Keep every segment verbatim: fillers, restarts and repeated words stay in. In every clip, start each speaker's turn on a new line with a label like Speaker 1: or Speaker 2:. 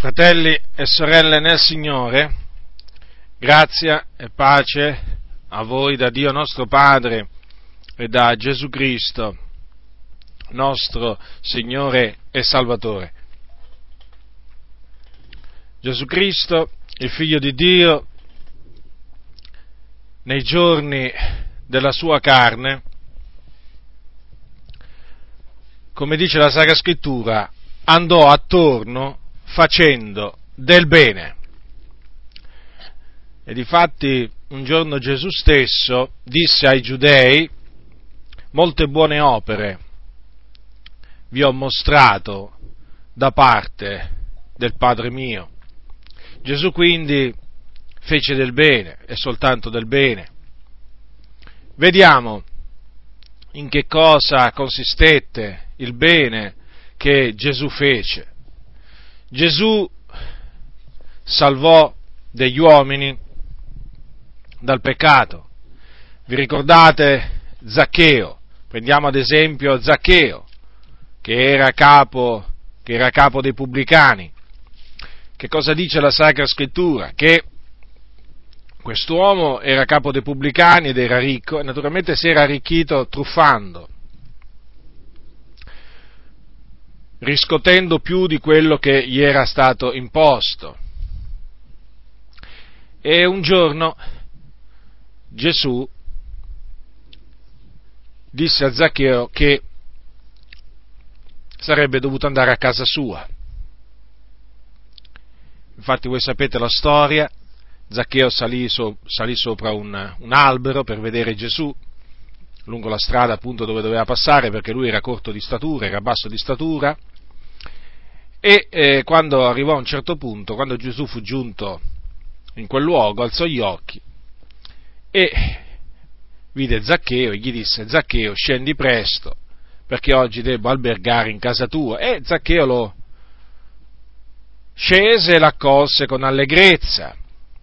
Speaker 1: Fratelli e sorelle nel Signore, grazia e pace a voi da Dio nostro Padre e da Gesù Cristo, nostro Signore e Salvatore. Gesù Cristo, il Figlio di Dio, nei giorni della sua carne, come dice la Sacra Scrittura, andò attorno facendo del bene. E difatti un giorno Gesù stesso disse ai giudei: molte buone opere vi ho mostrato da parte del Padre mio. Gesù quindi fece del bene e soltanto del bene. Vediamo in che cosa consistette il bene che Gesù fece. Gesù salvò degli uomini dal peccato. Vi ricordate Zaccheo? Prendiamo ad esempio Zaccheo, che era capo, che era capo dei pubblicani. Che cosa dice la Sacra Scrittura? Che quest'uomo era capo dei pubblicani ed era ricco, e naturalmente si era arricchito truffando, riscuotendo più di quello che gli era stato imposto. E un giorno Gesù disse a Zaccheo che sarebbe dovuto andare a casa sua. Infatti voi sapete la storia. Zaccheo salì, so, salì sopra un, un albero per vedere Gesù, lungo la strada appunto dove doveva passare, perché lui era corto di statura, era basso di statura, e eh, quando arrivò a un certo punto, quando Gesù fu giunto in quel luogo, alzò gli occhi e vide Zaccheo e gli disse: Zaccheo, scendi presto, perché oggi devo albergare in casa tua. E Zaccheo lo scese e l'accolse con allegrezza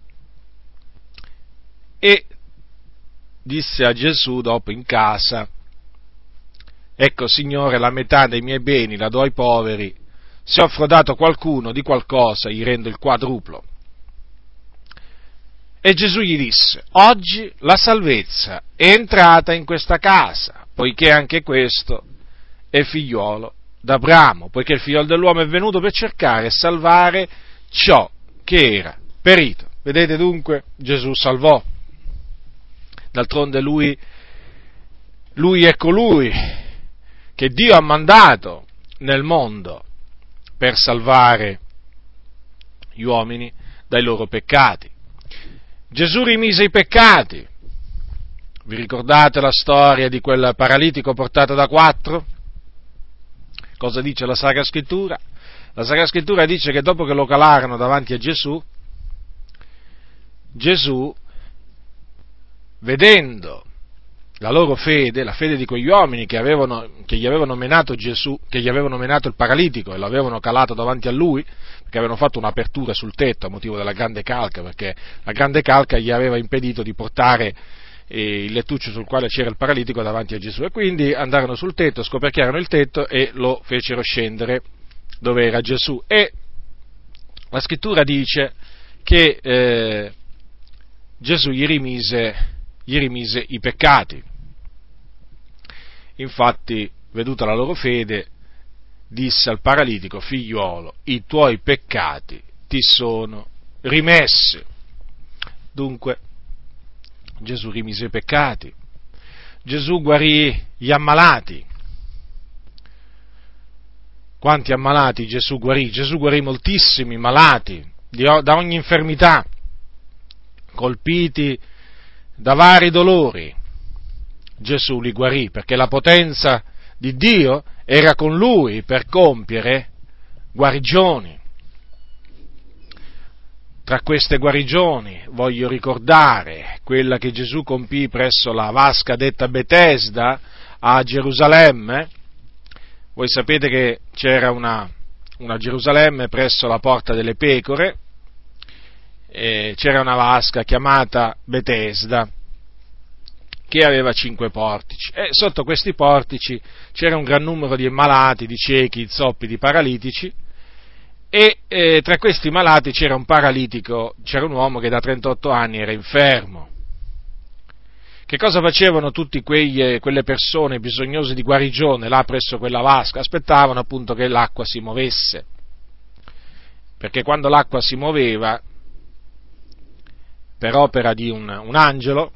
Speaker 1: e disse a Gesù dopo in casa: ecco, Signore, la metà dei miei beni la do ai poveri, se ho frodato qualcuno di qualcosa gli rendo il quadruplo. E Gesù gli disse: oggi la salvezza è entrata in questa casa, poiché anche questo è figliuolo d'Abramo, poiché il figliolo dell'uomo è venuto per cercare e salvare ciò che era perito. Vedete dunque, Gesù salvò. D'altronde lui, lui è colui che Dio ha mandato nel mondo per salvare gli uomini dai loro peccati. Gesù rimise i peccati. Vi ricordate la storia di quel paralitico portato da quattro? Cosa dice la Sacra Scrittura? La Sacra Scrittura dice che dopo che lo calarono davanti a Gesù, Gesù, vedendo la loro fede, la fede di quegli uomini che, avevano, che gli avevano menato Gesù, che gli avevano menato il paralitico e lo avevano calato davanti a lui, perché avevano fatto un'apertura sul tetto a motivo della grande calca, perché la grande calca gli aveva impedito di portare eh, il lettuccio sul quale c'era il paralitico davanti a Gesù, e quindi andarono sul tetto, scoperchiarono il tetto e lo fecero scendere dove era Gesù. E la Scrittura dice che eh, Gesù gli rimise, gli rimise i peccati. Infatti, veduta la loro fede, disse al paralitico: figliuolo, i tuoi peccati ti sono rimessi. Dunque, Gesù rimise i peccati. Gesù guarì gli ammalati. Quanti ammalati Gesù guarì? Gesù guarì moltissimi malati di, da ogni infermità, colpiti da vari dolori. Gesù li guarì, perché la potenza di Dio era con lui per compiere guarigioni. Tra queste guarigioni voglio ricordare quella che Gesù compì presso la vasca detta Betesda a Gerusalemme. Voi sapete che c'era una, una Gerusalemme presso la Porta delle Pecore, e c'era una vasca chiamata Betesda che aveva cinque portici, e sotto questi portici c'era un gran numero di malati, di ciechi, di zoppi, di paralitici, e eh, tra questi malati c'era un paralitico, c'era un uomo che da trentotto anni era infermo. Che cosa facevano tutte quelle persone bisognose di guarigione là presso quella vasca? Aspettavano appunto che l'acqua si muovesse, perché quando l'acqua si muoveva, per opera di un, un angelo,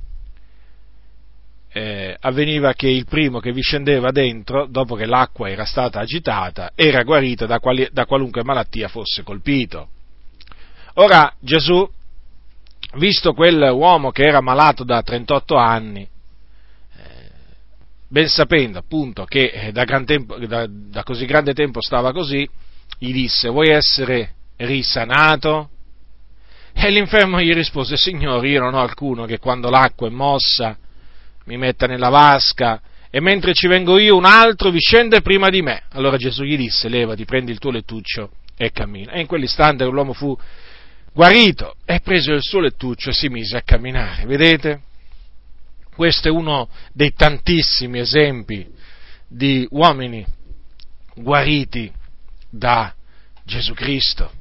Speaker 1: eh, avveniva che il primo che vi scendeva dentro, dopo che l'acqua era stata agitata, era guarito da, quali, da qualunque malattia fosse colpito. Ora Gesù, visto quel uomo che era malato da trentotto anni, eh, ben sapendo appunto che da, gran tempo, da, da così grande tempo stava così, gli disse: vuoi essere risanato? E l'infermo gli rispose: Signore, io non ho alcuno che quando l'acqua è mossa mi metta nella vasca, e mentre ci vengo io un altro vi scende prima di me. Allora Gesù gli disse: levati, prendi il tuo lettuccio e cammina. E in quell'istante l'uomo fu guarito e preso il suo lettuccio e si mise a camminare. Vedete? Questo è uno dei tantissimi esempi di uomini guariti da Gesù Cristo.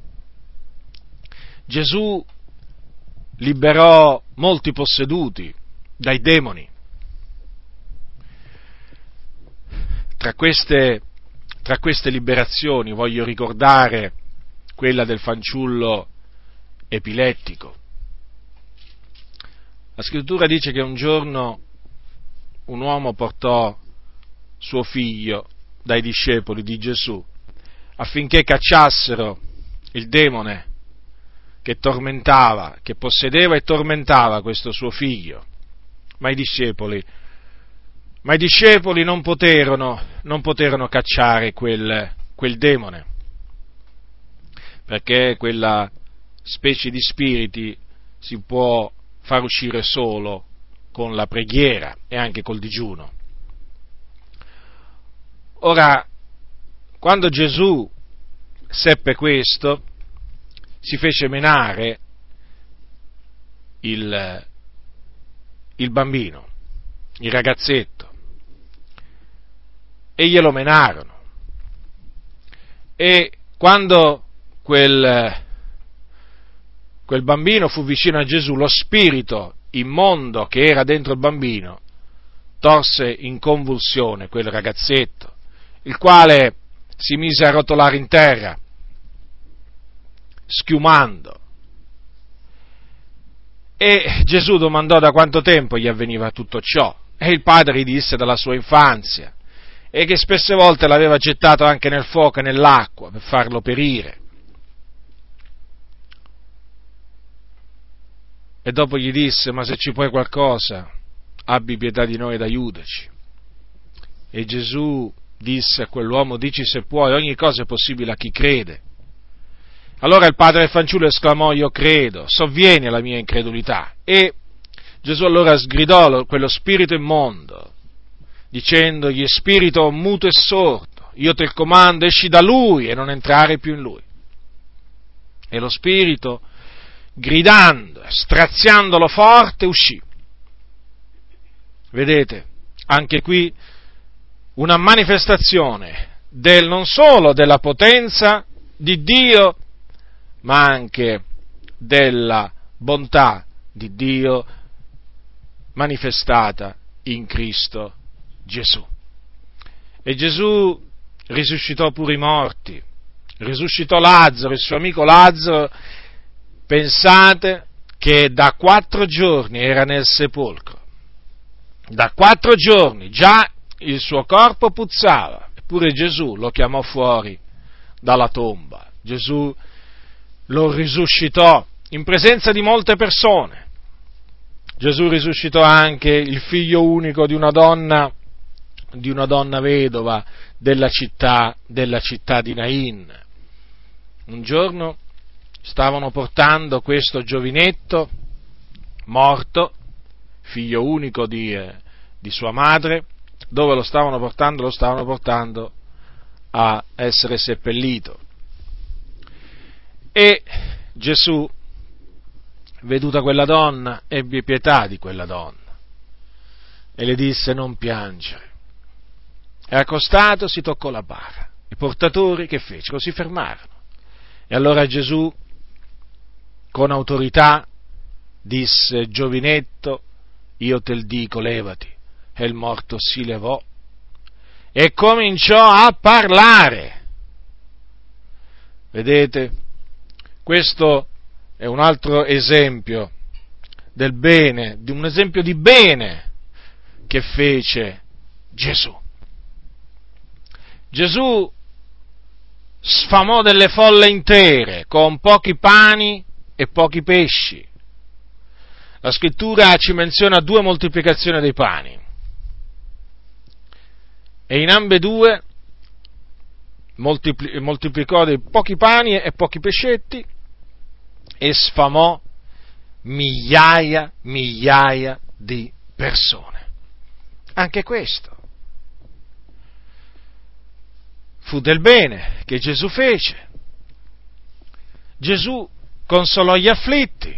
Speaker 1: Gesù liberò molti posseduti dai demoni. Tra queste, tra queste liberazioni voglio ricordare quella del fanciullo epilettico. La scrittura dice che un giorno un uomo portò suo figlio dai discepoli di Gesù affinché cacciassero il demone che tormentava, che possedeva e tormentava questo suo figlio, ma i discepoli, ma i discepoli non poterono, non poterono cacciare quel, quel demone, perché quella specie di spiriti si può far uscire solo con la preghiera e anche col digiuno. Ora, quando Gesù seppe questo, si fece menare il, il bambino, il ragazzetto, e glielo menarono. E quando quel, quel bambino fu vicino a Gesù, lo spirito immondo che era dentro il bambino torse in convulsione quel ragazzetto, il quale si mise a rotolare in terra, schiumando. E Gesù domandò da quanto tempo gli avveniva tutto ciò, e il padre gli disse dalla sua infanzia, e che spesse volte l'aveva gettato anche nel fuoco e nell'acqua per farlo perire. E dopo gli disse: ma se ci puoi qualcosa, abbi pietà di noi ed aiutaci. E Gesù disse a quell'uomo: dici se puoi, ogni cosa è possibile a chi crede. Allora il padre del fanciullo esclamò: io credo, sovvieni alla mia incredulità. E Gesù allora sgridò quello spirito immondo, dicendogli: spirito muto e sordo, io te il comando, esci da lui e non entrare più in lui. E lo spirito, gridando, straziandolo forte, uscì. Vedete, anche qui una manifestazione del, non solo della potenza di Dio, ma anche della bontà di Dio manifestata in Cristo Gesù. E Gesù risuscitò pure i morti, risuscitò Lazzaro, il suo amico Lazzaro. Pensate che da quattro giorni era nel sepolcro, da quattro giorni già il suo corpo puzzava, eppure Gesù lo chiamò fuori dalla tomba. Gesù lo risuscitò in presenza di molte persone. Gesù risuscitò anche il figlio unico di una donna, di una donna vedova della città, della città di Nain. Un giorno stavano portando questo giovinetto morto, figlio unico di, eh, di sua madre. Dove lo stavano portando? Lo stavano portando a essere seppellito. E Gesù, veduta quella donna, ebbe pietà di quella donna e le disse: non piangere. E accostato si toccò la bara. I portatori che fecero? Si fermarono E allora Gesù, con autorità, disse: giovinetto, io te il dico, levati. E il morto si levò e cominciò a parlare. Vedete, questo è un altro esempio del bene, di un esempio di bene che fece Gesù. Gesù sfamò delle folle intere con pochi pani e pochi pesci. La scrittura ci menziona due moltiplicazioni dei pani, e in ambedue moltipli- moltiplicò dei pochi pani e pochi pescetti e sfamò migliaia, migliaia di persone. Anche questo fu del bene che Gesù fece. Gesù consolò gli afflitti.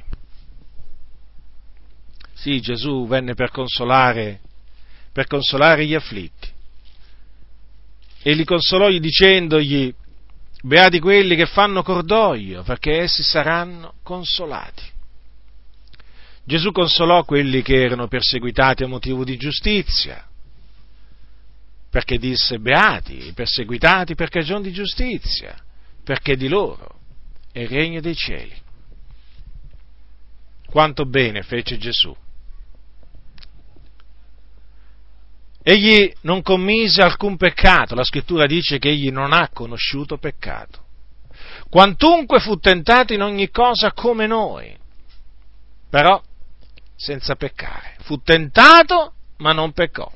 Speaker 1: Sì, Gesù venne per consolare, per consolare gli afflitti. E li consolò dicendogli: beati quelli che fanno cordoglio, perché essi saranno consolati. Gesù consolò quelli che erano perseguitati a motivo di giustizia, perché disse: beati i perseguitati per cagione di giustizia, perché di loro è il regno dei cieli. Quanto bene fece Gesù. Egli non commise alcun peccato, la scrittura dice che egli non ha conosciuto peccato. Quantunque fu tentato in ogni cosa come noi, però senza peccare. Fu tentato, ma non peccò.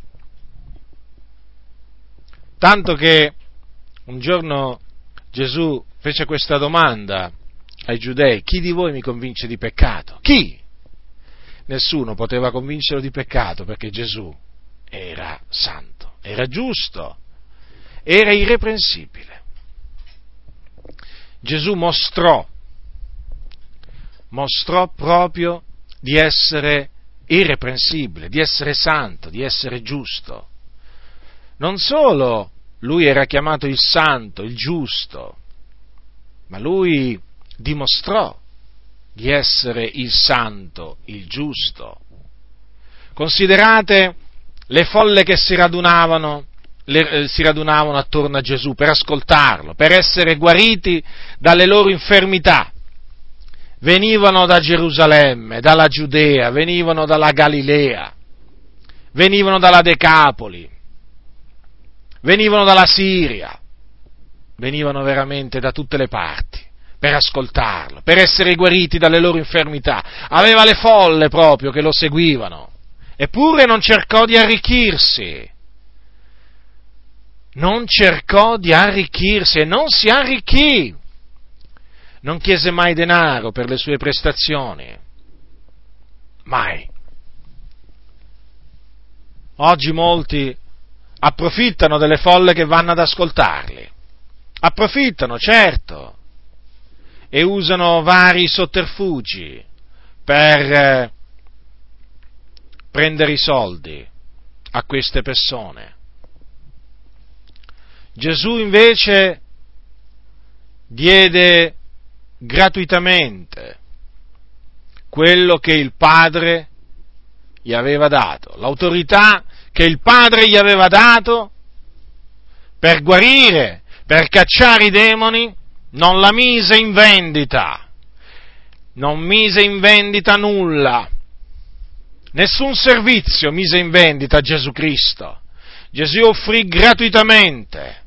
Speaker 1: Tanto che un giorno Gesù fece questa domanda ai giudei: chi di voi mi convince di peccato? Chi? Nessuno poteva convincerlo di peccato, perché Gesù era santo, era giusto, era irreprensibile. Gesù mostrò, mostrò proprio di essere irreprensibile, di essere santo, di essere giusto. Non solo lui era chiamato il santo, il giusto, ma lui dimostrò di essere il santo, il giusto. Considerate le folle che si radunavano, le, eh, si radunavano attorno a Gesù per ascoltarlo, per essere guariti dalle loro infermità. Venivano da Gerusalemme, dalla Giudea, venivano dalla Galilea, venivano dalla Decapoli, venivano dalla Siria, venivano veramente da tutte le parti per ascoltarlo, per essere guariti dalle loro infermità. Aveva le folle proprio che lo seguivano. Eppure non cercò di arricchirsi, non cercò di arricchirsi e non si arricchì, non chiese mai denaro per le sue prestazioni, mai. Oggi molti approfittano delle folle che vanno ad ascoltarli, approfittano, certo, e usano vari sotterfugi per prendere i soldi a queste persone. Gesù invece diede gratuitamente quello che il Padre gli aveva dato, l'autorità che il Padre gli aveva dato per guarire, per cacciare i demoni, non la mise in vendita, non mise in vendita nulla. Nessun servizio mise in vendita Gesù Cristo. Gesù offrì gratuitamente.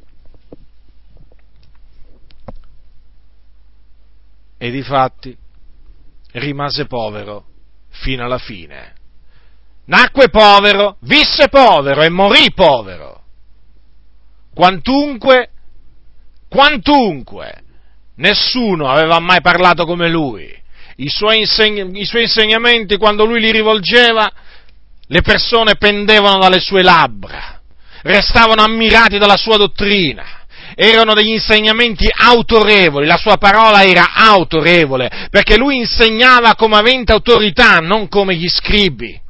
Speaker 1: E difatti rimase povero fino alla fine. Nacque povero, visse povero e morì povero. Quantunque, quantunque, nessuno aveva mai parlato come lui. I suoi, insegn- I suoi insegnamenti, quando lui li rivolgeva, le persone pendevano dalle sue labbra, restavano ammirati dalla sua dottrina, erano degli insegnamenti autorevoli, la sua parola era autorevole, perché lui insegnava come avente autorità, non come gli scribi.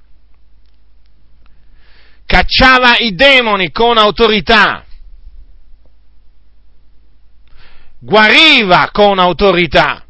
Speaker 1: Cacciava i demoni con autorità. guariva con autorità.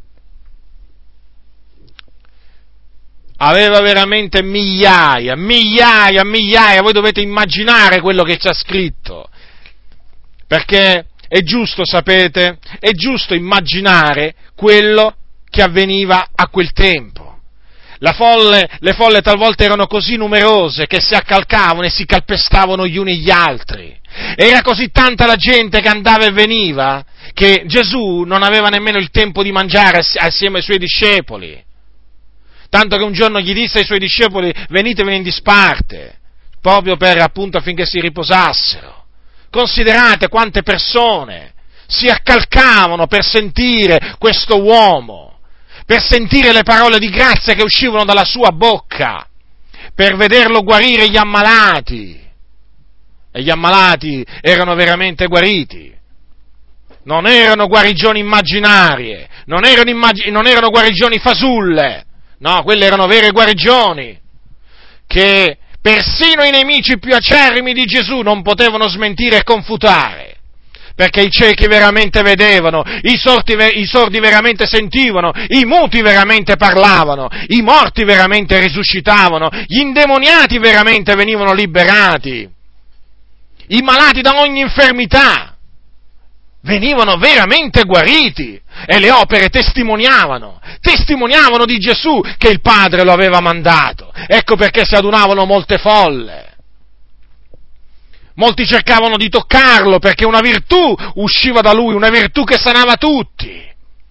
Speaker 1: Aveva veramente migliaia, migliaia, migliaia, voi dovete immaginare quello che c'è scritto, perché è giusto, sapete, è giusto immaginare quello che avveniva a quel tempo. La folle, le folle talvolta erano così numerose che si accalcavano e si calpestavano gli uni gli altri. Era così tanta la gente che andava e veniva che Gesù non aveva nemmeno il tempo di mangiare assieme ai suoi discepoli. Tanto che un giorno gli disse ai suoi discepoli: venitevene in disparte, proprio per, appunto, affinché si riposassero. Considerate quante persone si accalcavano per sentire questo uomo, per sentire le parole di grazia che uscivano dalla sua bocca, per vederlo guarire gli ammalati. E gli ammalati erano veramente guariti. Non erano guarigioni immaginarie, non erano, immag- non erano guarigioni fasulle. No, quelle erano vere guarigioni, che persino i nemici più acerrimi di Gesù non potevano smentire e confutare, perché i ciechi veramente vedevano, i sordi, i sordi veramente sentivano, i muti veramente parlavano, i morti veramente risuscitavano, gli indemoniati veramente venivano liberati, i malati da ogni infermità venivano veramente guariti, e le opere testimoniavano, testimoniavano di Gesù che il Padre lo aveva mandato. Ecco perché si adunavano molte folle. Molti cercavano di toccarlo perché una virtù usciva da lui, una virtù che sanava tutti.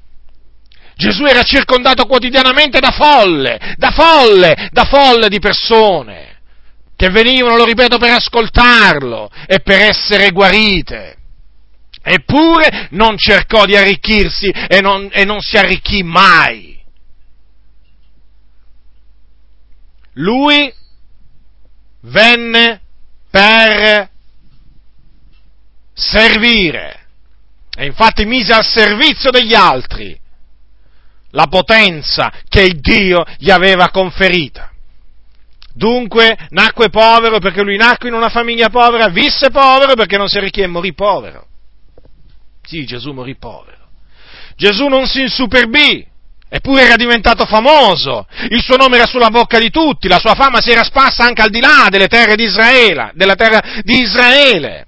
Speaker 1: Gesù era circondato quotidianamente da folle, da folle, da folle di persone che venivano, lo ripeto, per ascoltarlo e per essere guarite. Eppure non cercò di arricchirsi e non, e non si arricchì mai. Lui venne per servire e infatti mise al servizio degli altri la potenza che il Dio gli aveva conferita. Dunque nacque povero perché lui nacque in una famiglia povera, visse povero perché non si arricchì e morì povero. Sì, Gesù morì povero. Gesù non si insuperbì, eppure era diventato famoso. Il suo nome era sulla bocca di tutti, la sua fama si era sparsa anche al di là delle terre di Israele, della terra di Israele.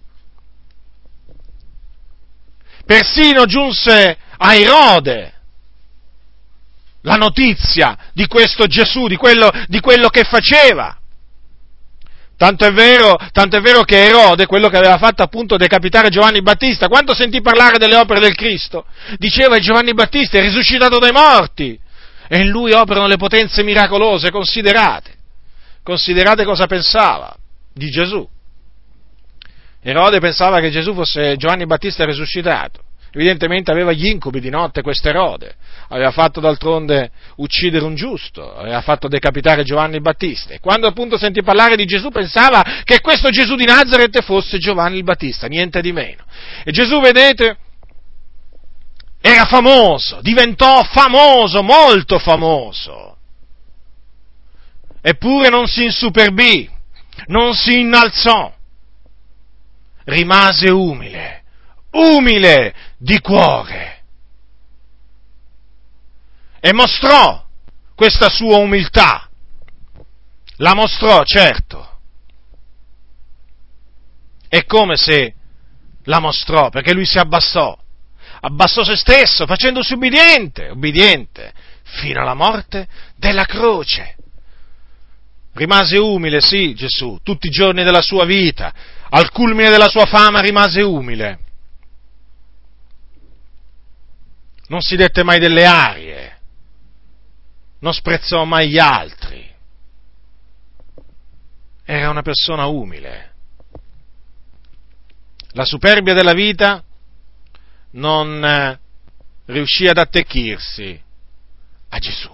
Speaker 1: Persino giunse a Erode la notizia di questo Gesù, di quello, di quello che faceva. Tanto è vero, tanto è vero che Erode, quello che aveva fatto appunto decapitare Giovanni Battista, quando sentì parlare delle opere del Cristo, diceva che Giovanni Battista è risuscitato dai morti e in lui operano le potenze miracolose. Considerate, considerate cosa pensava di Gesù. Erode pensava che Gesù fosse Giovanni Battista risuscitato. Evidentemente aveva gli incubi di notte questo Erode, aveva fatto d'altronde uccidere un giusto, aveva fatto decapitare Giovanni Battista, e quando appunto sentì parlare di Gesù pensava che questo Gesù di Nazaret fosse Giovanni il Battista, niente di meno. E Gesù, vedete, era famoso, diventò famoso, molto famoso, eppure non si insuperbì, non si innalzò, rimase umile, umile di cuore, e mostrò questa sua umiltà, la mostrò, certo, è come se la mostrò, perché lui si abbassò, abbassò se stesso, facendosi ubbidiente, ubbidiente, fino alla morte della croce. Rimase umile, sì, Gesù, tutti i giorni della sua vita, al culmine della sua fama rimase umile. Non si dette mai delle arie, non sprezzò mai gli altri, era una persona umile. La superbia della vita non eh, riuscì ad attecchirsi a Gesù.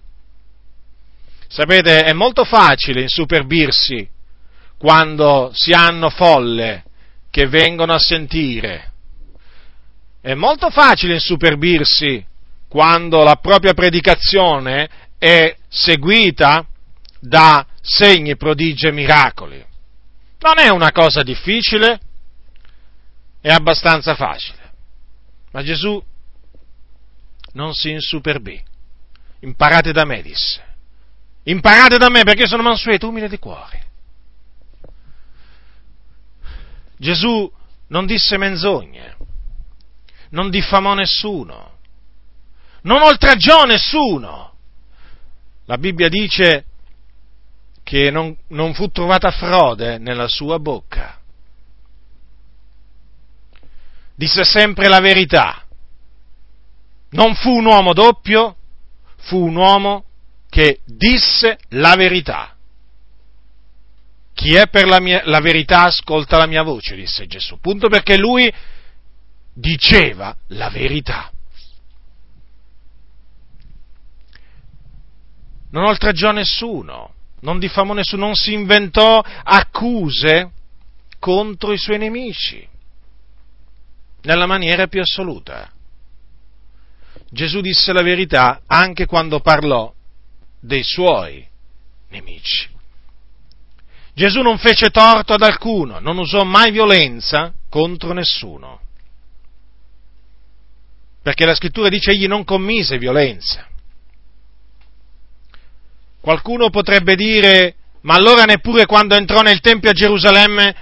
Speaker 1: Sapete, è molto facile insuperbirsi quando si hanno folle che vengono a sentire. È molto facile insuperbirsi quando la propria predicazione è seguita da segni, prodigi e miracoli. Non è una cosa difficile, è abbastanza facile. Ma Gesù non si insuperbì. Imparate da me, disse. Imparate da me perché sono mansueto, umile di cuore. Gesù non disse menzogne, non diffamò nessuno, non oltraggiò nessuno. La Bibbia dice che non, non fu trovata frode nella sua bocca. Disse sempre la verità. Non fu un uomo doppio, fu un uomo che disse la verità. Chi è per la, mia, la verità ascolta la mia voce, disse Gesù. Punto, perché lui diceva la verità. Non oltraggiò nessuno, non diffamò nessuno, non si inventò accuse contro i suoi nemici, nella maniera più assoluta. Gesù disse la verità anche quando parlò dei suoi nemici. Gesù non fece torto ad alcuno, non usò mai violenza contro nessuno, perché la Scrittura dice egli non commise violenza. Qualcuno potrebbe dire, ma allora neppure quando entrò nel Tempio a Gerusalemme,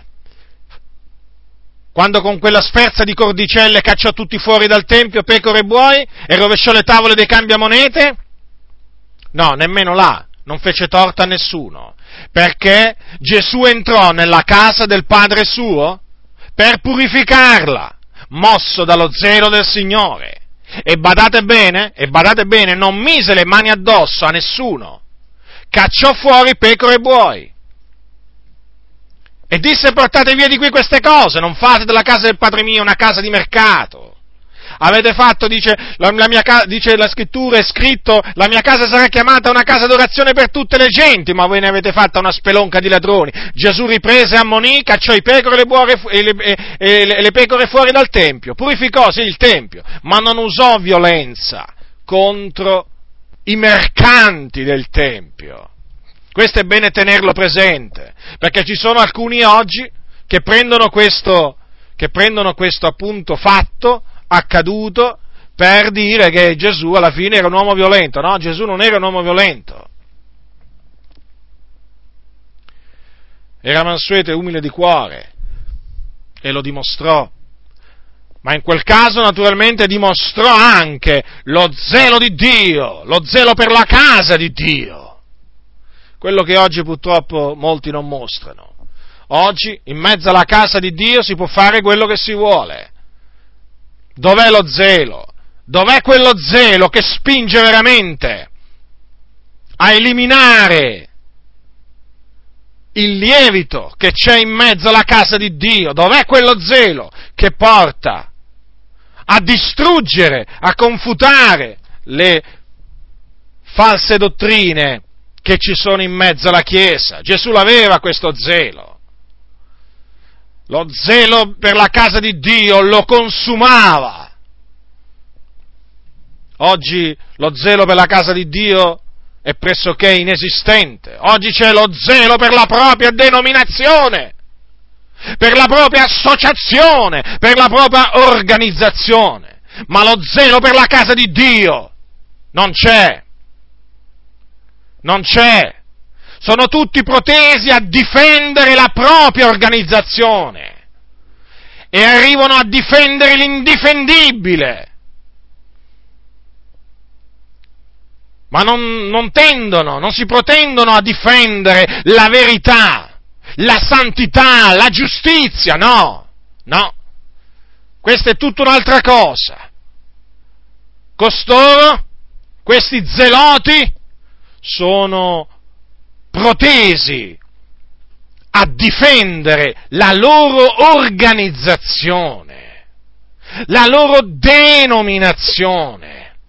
Speaker 1: quando con quella sferza di cordicelle cacciò tutti fuori dal Tempio, pecore e buoi, e rovesciò le tavole dei cambiamonete? No, nemmeno là, non fece torto a nessuno, perché Gesù entrò nella casa del Padre suo per purificarla, mosso dallo zelo del Signore. E badate bene, e badate bene, non mise le mani addosso a nessuno, cacciò fuori pecore e buoi. E disse: portate via di qui queste cose, non fate della casa del Padre mio una casa di mercato. Avete fatto, dice la, la, mia, dice la Scrittura, è scritto, la mia casa sarà chiamata una casa d'orazione per tutte le genti, ma voi ne avete fatta una spelonca di ladroni. Gesù riprese, ammonì, cacciò i pecore e le, buore, e le, e, e le, le pecore fuori dal Tempio, purificò sì il Tempio, ma non usò violenza contro i mercanti del Tempio. Questo è bene tenerlo presente, perché ci sono alcuni oggi che prendono questo, che prendono questo appunto fatto accaduto per dire che Gesù alla fine era un uomo violento. No, Gesù non era un uomo violento. Era mansueto e umile di cuore, e lo dimostrò. Ma in quel caso naturalmente dimostrò anche lo zelo di Dio, lo zelo per la casa di Dio. Quello che oggi purtroppo molti non mostrano. Oggi, in mezzo alla casa di Dio, si può fare quello che si vuole. Dov'è lo zelo? Dov'è quello zelo che spinge veramente a eliminare il lievito che c'è in mezzo alla casa di Dio? Dov'è quello zelo che porta a distruggere, a confutare le false dottrine che ci sono in mezzo alla Chiesa? Gesù l'aveva questo zelo. Lo zelo per la casa di Dio lo consumava. Oggi lo zelo per la casa di Dio è pressoché inesistente. Oggi c'è lo zelo per la propria denominazione, per la propria associazione, per la propria organizzazione, ma lo zelo per la casa di Dio non c'è. Non c'è. Sono tutti protesi a difendere la propria organizzazione e arrivano a difendere l'indifendibile, ma non, non tendono, non si protendono a difendere la verità, la santità, la giustizia, no, no, questa è tutta un'altra cosa. Costoro, questi zeloti, sono protesi a difendere la loro organizzazione, la loro denominazione.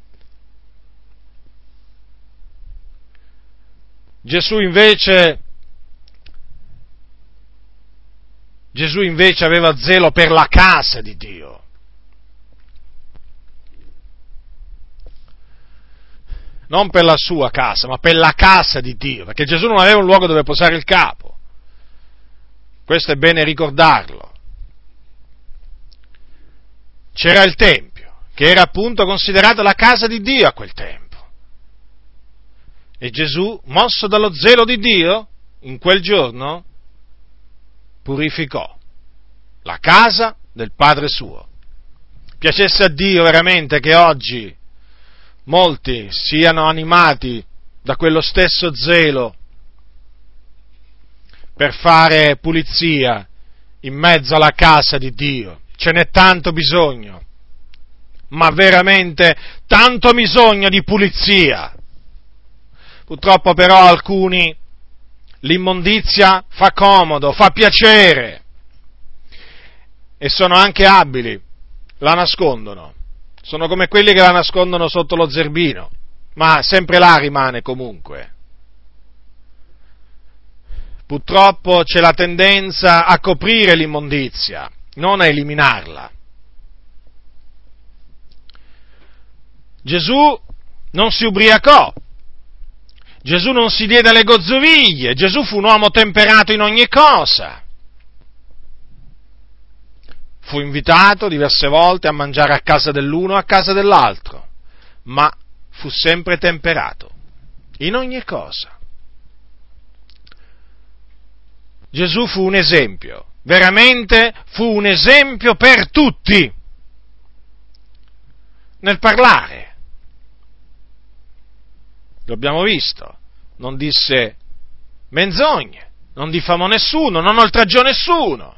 Speaker 1: Gesù invece, Gesù invece aveva zelo per la casa di Dio. Non per la sua casa, ma per la casa di Dio, perché Gesù non aveva un luogo dove posare il capo. Questo è bene ricordarlo. C'era il Tempio, che era appunto considerata la casa di Dio a quel tempo. E Gesù, mosso dallo zelo di Dio, in quel giorno purificò la casa del Padre suo. Piacesse a Dio veramente che oggi molti siano animati da quello stesso zelo per fare pulizia in mezzo alla casa di Dio. Ce n'è tanto bisogno, ma veramente tanto bisogno di pulizia. Purtroppo però a alcuni l'immondizia fa comodo, fa piacere e sono anche abili, la nascondono. Sono come quelli che la nascondono sotto lo zerbino, ma sempre là rimane comunque. Purtroppo c'è la tendenza a coprire l'immondizia, non a eliminarla. Gesù non si ubriacò, Gesù non si diede alle gozzoviglie, Gesù fu un uomo temperato in ogni cosa. Fu invitato diverse volte a mangiare a casa dell'uno e a casa dell'altro, ma fu sempre temperato in ogni cosa. Gesù fu un esempio, veramente fu un esempio per tutti nel parlare. Lo abbiamo visto, non disse menzogne, non diffamò nessuno, non oltraggiò nessuno,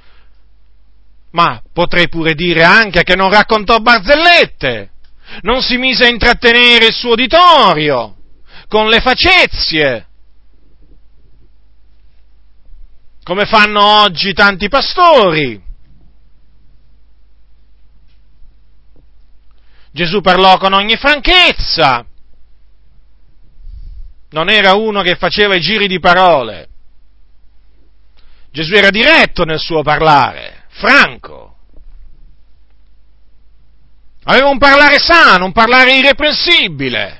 Speaker 1: ma potrei pure dire anche che non raccontò barzellette, non si mise a intrattenere il suo uditorio con le facezie, come fanno oggi tanti pastori. Gesù parlò con ogni franchezza, non era uno che faceva i giri di parole. Gesù era diretto nel suo parlare, franco. Aveva un parlare sano, un parlare irreprensibile.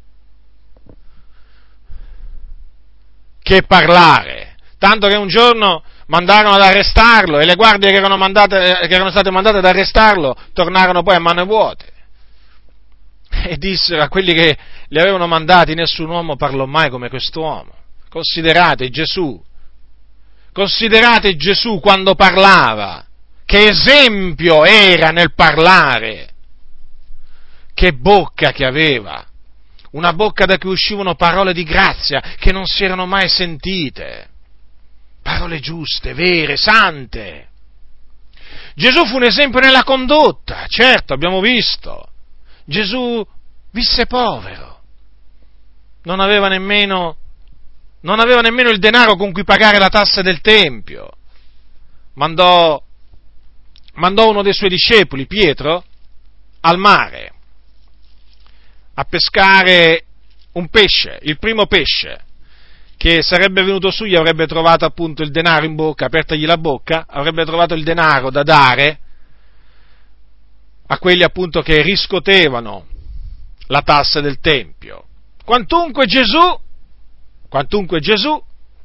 Speaker 1: Che parlare! Tanto che un giorno mandarono ad arrestarlo e le guardie che erano, mandate, che erano state mandate ad arrestarlo tornarono poi a mani vuote. E dissero a quelli che li avevano mandati: nessun uomo parlò mai come quest'uomo. Considerate Gesù, considerate Gesù quando parlava, che esempio era nel parlare, che bocca che aveva, una bocca da cui uscivano parole di grazia che non si erano mai sentite, parole giuste, vere, sante. Gesù fu un esempio nella condotta, certo, abbiamo visto. Gesù visse povero, non aveva nemmeno, non aveva nemmeno il denaro con cui pagare la tassa del Tempio. Mandò, mandò uno dei suoi discepoli, Pietro, al mare a pescare un pesce, il primo pesce che sarebbe venuto su, gli avrebbe trovato appunto il denaro in bocca, apertagli la bocca, avrebbe trovato il denaro da dare a quelli appunto che riscuotevano la tassa del Tempio. Quantunque Gesù, quantunque Gesù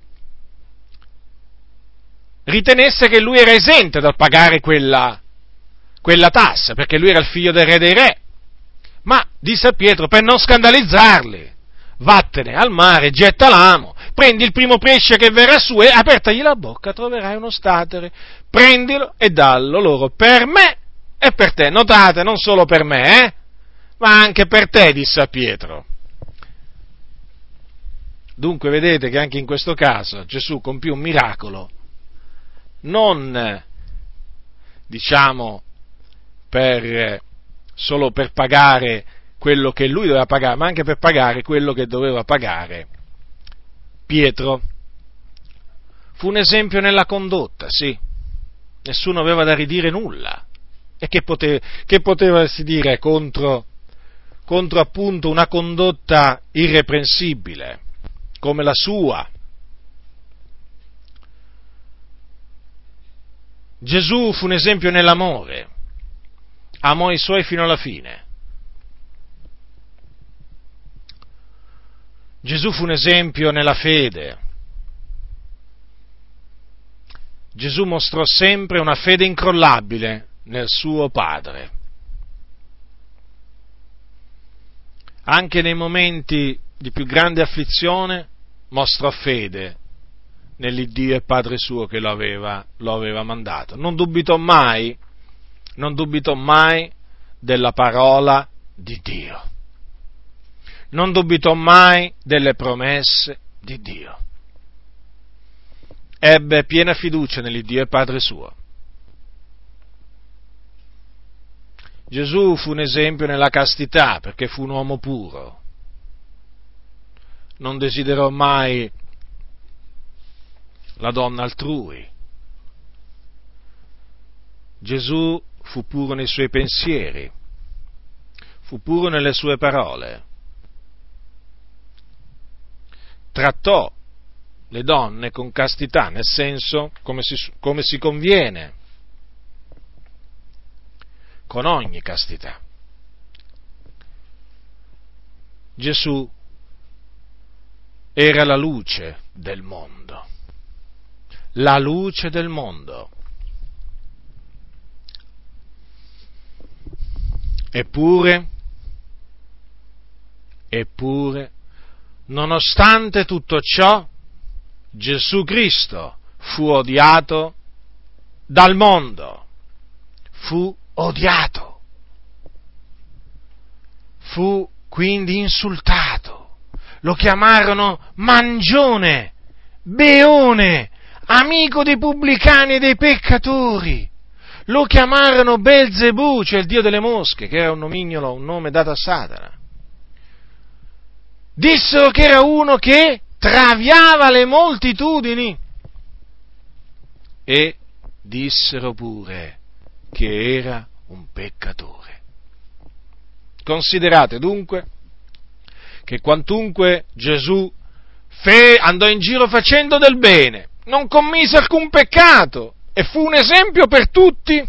Speaker 1: ritenesse che lui era esente dal pagare quella, quella tassa, perché lui era il figlio del re dei re. Ma disse a Pietro, per non scandalizzarli, vattene al mare, getta l'amo, prendi il primo pesce che verrà su e apertagli la bocca, troverai uno statere, prendilo e dallo loro per me e per te. Notate, non solo per me, eh, ma anche per te, disse a Pietro. Dunque vedete che anche in questo caso Gesù compì un miracolo, non, diciamo, per, solo per pagare quello che lui doveva pagare, ma anche per pagare quello che doveva pagare Pietro. Fu un esempio nella condotta, sì, nessuno aveva da ridire nulla. E che poteva, che potevasi dire contro, contro appunto una condotta irreprensibile come la sua? Gesù fu un esempio nell'amore, amò i suoi fino alla fine. Gesù fu un esempio nella fede. Gesù mostrò sempre una fede incrollabile nel suo Padre. anche nei momenti di più grande afflizione, mostrò fede nell'Iddio e Padre suo che lo aveva, lo aveva mandato. Non dubitò mai, non dubitò mai della parola di Dio. Non dubitò mai delle promesse di Dio. Ebbe piena fiducia nell'Iddio e Padre suo. Gesù fu un esempio nella castità perché fu un uomo puro. Non desiderò mai la donna altrui. Gesù fu puro nei suoi pensieri, fu puro nelle sue parole. Trattò le donne con castità, nel senso come si, come si conviene, con ogni castità. Gesù era la luce del mondo, la luce del mondo. Eppure, eppure, nonostante tutto ciò, Gesù Cristo fu odiato dal mondo, fu odiato, fu quindi insultato, lo chiamarono mangione, beone, amico dei pubblicani e dei peccatori, lo chiamarono Belzebù, cioè il dio delle mosche, che era un nomignolo, un nome dato a Satana. Dissero che era uno che traviava le moltitudini e dissero pure che era un peccatore. Considerate dunque che quantunque Gesù fe, andò in giro facendo del bene, non commise alcun peccato e fu un esempio per tutti,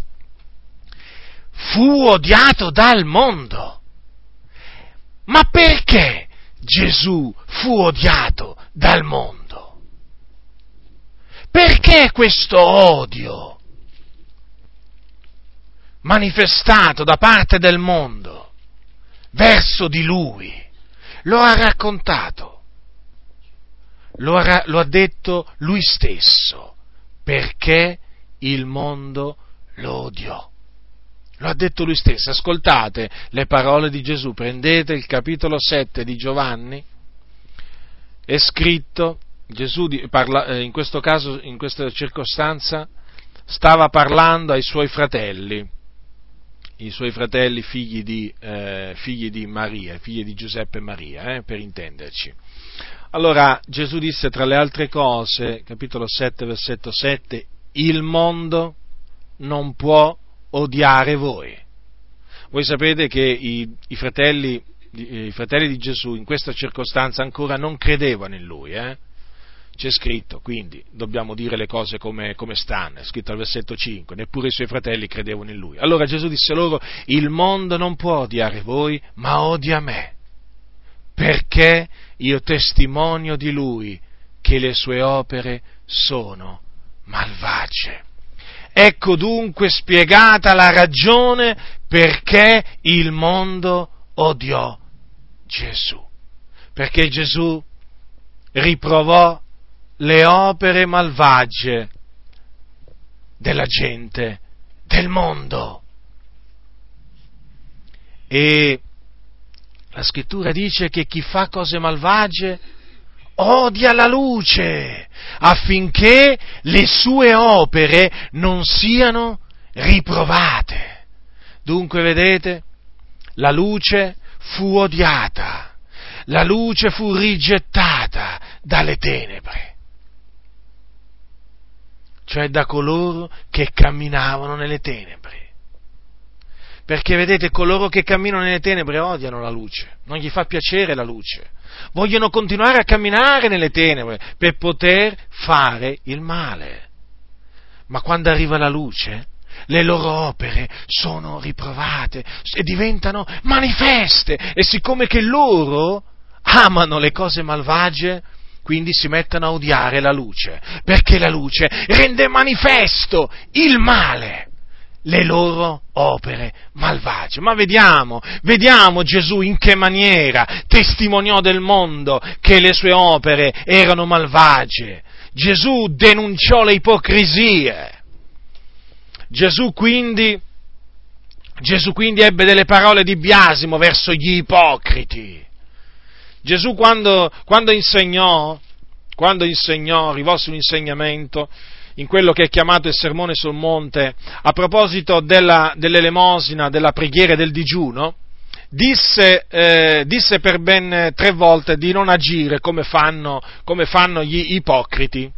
Speaker 1: fu odiato dal mondo. Ma perché Gesù fu odiato dal mondo? Perché questo odio manifestato da parte del mondo verso di Lui? Lo ha raccontato, lo ha, lo ha detto Lui stesso, perché il mondo lo odiò. Lo ha detto Lui stesso. Ascoltate le parole di Gesù, prendete il capitolo sette di Giovanni, è scritto, Gesù parla, in questo caso, in questa circostanza, stava parlando ai suoi fratelli, i suoi fratelli figli di, eh, figli di Maria, figli di Giuseppe e Maria, eh, per intenderci. Allora Gesù disse tra le altre cose, capitolo sette, versetto sette, il mondo non può odiare voi. Voi sapete che i, i, fratelli, i fratelli di Gesù in questa circostanza ancora non credevano in Lui, eh? C'è scritto, quindi dobbiamo dire le cose come, come stanno, è scritto al versetto cinque, neppure i suoi fratelli credevano in Lui. Allora Gesù disse loro, il mondo non può odiare voi, ma odia me, perché io testimonio di Lui che le sue opere sono malvagie. Ecco dunque spiegata la ragione perché il mondo odiò Gesù. Perché Gesù riprovò le opere malvagie della gente del mondo. E la scrittura dice che chi fa cose malvagie odia la luce, affinché le sue opere non siano riprovate. Dunque, vedete, la luce fu odiata, la luce fu rigettata dalle tenebre, cioè da coloro che camminavano nelle tenebre. Perché, vedete, coloro che camminano nelle tenebre odiano la luce, non gli fa piacere la luce. Vogliono continuare a camminare nelle tenebre per poter fare il male. Ma quando arriva la luce, le loro opere sono riprovate e diventano manifeste. E siccome che loro amano le cose malvagie, quindi si mettono a odiare la luce, perché la luce rende manifesto il male, le loro opere malvagie. Ma vediamo, vediamo Gesù in che maniera testimoniò del mondo che le sue opere erano malvagie. Gesù denunciò le ipocrisie. Gesù quindi, Gesù quindi ebbe delle parole di biasimo verso gli ipocriti. Gesù quando, quando insegnò, quando insegnò, rivolse un insegnamento in quello che è chiamato il Sermone sul Monte, a proposito della, dell'elemosina, della preghiera e del digiuno, disse, eh, disse per ben tre volte di non agire come fanno, come fanno gli ipocriti.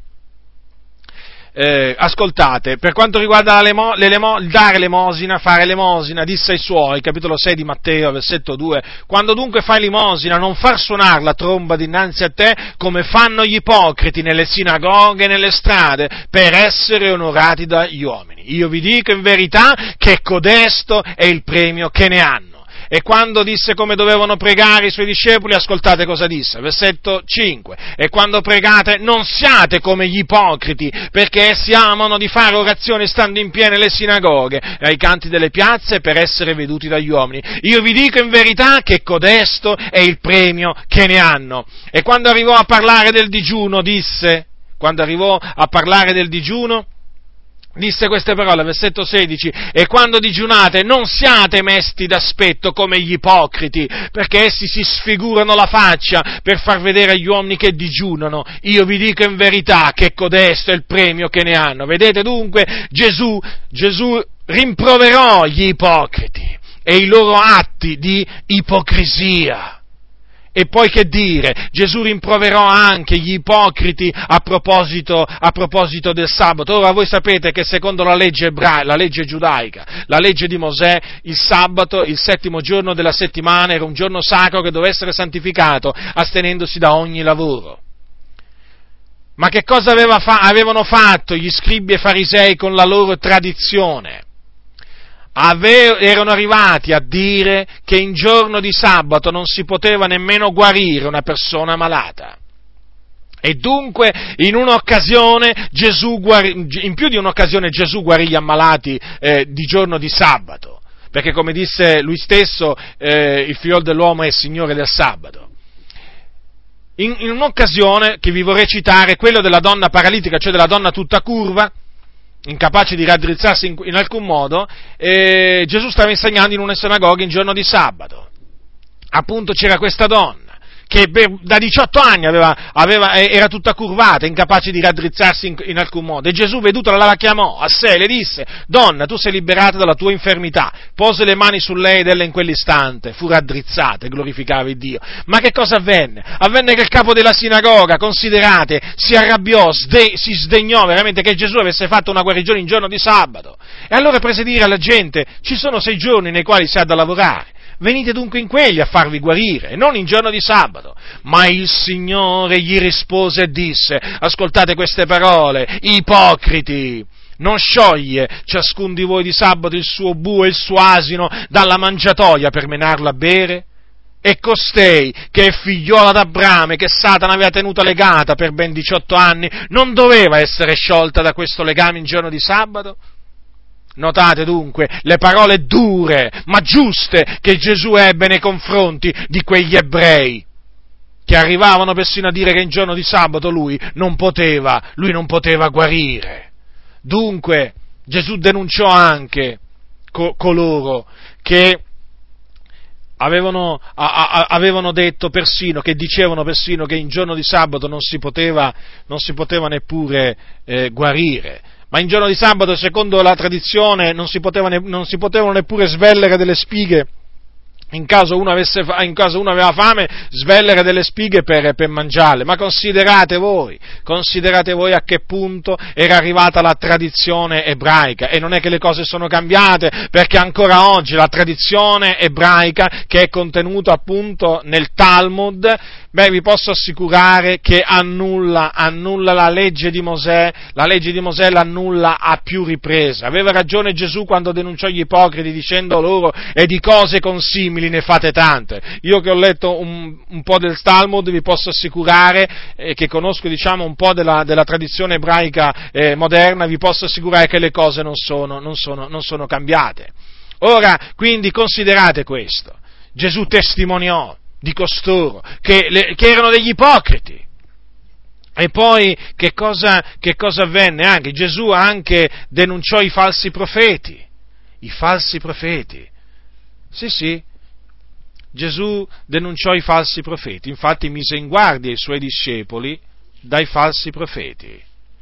Speaker 1: Eh, ascoltate, per quanto riguarda l'emo, l'elemo, il dare l'elemosina, fare l'elemosina, disse ai suoi, capitolo sei di Matteo, versetto due, quando dunque fai l'elemosina non far suonare la tromba dinanzi a te come fanno gli ipocriti nelle sinagoghe e nelle strade per essere onorati dagli uomini. Io vi dico in verità che codesto è il premio che ne hanno. E quando disse come dovevano pregare i suoi discepoli, ascoltate cosa disse, versetto cinque, e quando pregate non siate come gli ipocriti, perché essi amano di fare orazioni stando in piedi nelle sinagoghe e ai canti delle piazze per essere veduti dagli uomini. Io vi dico in verità che codesto è il premio che ne hanno. E quando arrivò a parlare del digiuno, disse, quando arrivò a parlare del digiuno, disse queste parole, versetto sedici, e quando digiunate non siate mesti d'aspetto come gli ipocriti, perché essi si sfigurano la faccia per far vedere agli uomini che digiunano. Io vi dico in verità che codesto è il premio che ne hanno. Vedete dunque, Gesù, Gesù rimproverò gli ipocriti e i loro atti di ipocrisia. E poi che dire, Gesù rimproverò anche gli ipocriti a proposito, a proposito del sabato. Ora voi sapete che secondo la legge ebraica, la legge giudaica, la legge di Mosè, il sabato, il settimo giorno della settimana, era un giorno sacro che doveva essere santificato, astenendosi da ogni lavoro. Ma che cosa aveva fa- avevano fatto gli scribi e farisei con la loro tradizione? Ave- erano arrivati a dire che in giorno di sabato non si poteva nemmeno guarire una persona malata. E dunque in un'occasione Gesù guarì, in più di un'occasione Gesù guarì gli ammalati eh, di giorno di sabato, perché come disse lui stesso eh, il figlio dell'uomo è il Signore del sabato. In, in un'occasione che vi vorrei citare, quello della donna paralitica, cioè della donna tutta curva, incapace di raddrizzarsi in, in alcun modo, eh, Gesù stava insegnando in una sinagoga in giorno di sabato. Appunto c'era questa donna che per, da diciotto anni aveva, aveva, era tutta curvata, incapace di raddrizzarsi in, in alcun modo, e Gesù vedutola la chiamò a sé, le disse: donna, tu sei liberata dalla tua infermità. Pose le mani su lei ed ella in quell'istante fu raddrizzata e glorificava il Dio. Ma che cosa avvenne? Avvenne che il capo della sinagoga, considerate, si arrabbiò, sde, si sdegnò veramente che Gesù avesse fatto una guarigione in giorno di sabato, e allora prese a dire alla gente: ci sono sei giorni nei quali si ha da lavorare, venite dunque in quelli a farvi guarire, e non in giorno di sabato. Ma il Signore gli rispose e disse, ascoltate queste parole, ipocriti, non scioglie ciascun di voi di sabato il suo bue e il suo asino dalla mangiatoia per menarlo a bere? E costei, che è figliuola d'Abramo, che Satana aveva tenuta legata per ben diciotto anni, non doveva essere sciolta da questo legame in giorno di sabato? Notate dunque le parole dure, ma giuste, che Gesù ebbe nei confronti di quegli ebrei, che arrivavano persino a dire che in giorno di sabato lui non poteva, lui non poteva guarire. Dunque Gesù denunciò anche co- coloro che avevano, a, a, avevano detto persino, che dicevano persino che in giorno di sabato non si poteva, non si poteva neppure eh, guarire. Ma in giorno di sabato, secondo la tradizione, non si poteva ne, non si potevano neppure svellere delle spighe, in caso uno avesse, in caso uno aveva fame, svellere delle spighe per, per mangiarle. Ma considerate voi, considerate voi a che punto era arrivata la tradizione ebraica, e non è che le cose sono cambiate, perché ancora oggi la tradizione ebraica, che è contenuta appunto nel Talmud, beh, vi posso assicurare che annulla, annulla la legge di Mosè, la legge di Mosè l'annulla a più riprese. Aveva ragione Gesù quando denunciò gli ipocriti dicendo loro: e di cose consimili simili ne fate tante. Io che ho letto un, un po' del Talmud vi posso assicurare, eh, che conosco diciamo un po' della, della tradizione ebraica eh, moderna, vi posso assicurare che le cose non sono, non sono, non sono cambiate. Ora, quindi considerate questo, Gesù testimoniò di costoro, che, le, che erano degli ipocriti. E poi che cosa, che cosa avvenne? Anche Gesù anche denunciò i falsi profeti, i falsi profeti. Sì, sì, Gesù denunciò i falsi profeti, infatti mise in guardia i suoi discepoli dai falsi profeti.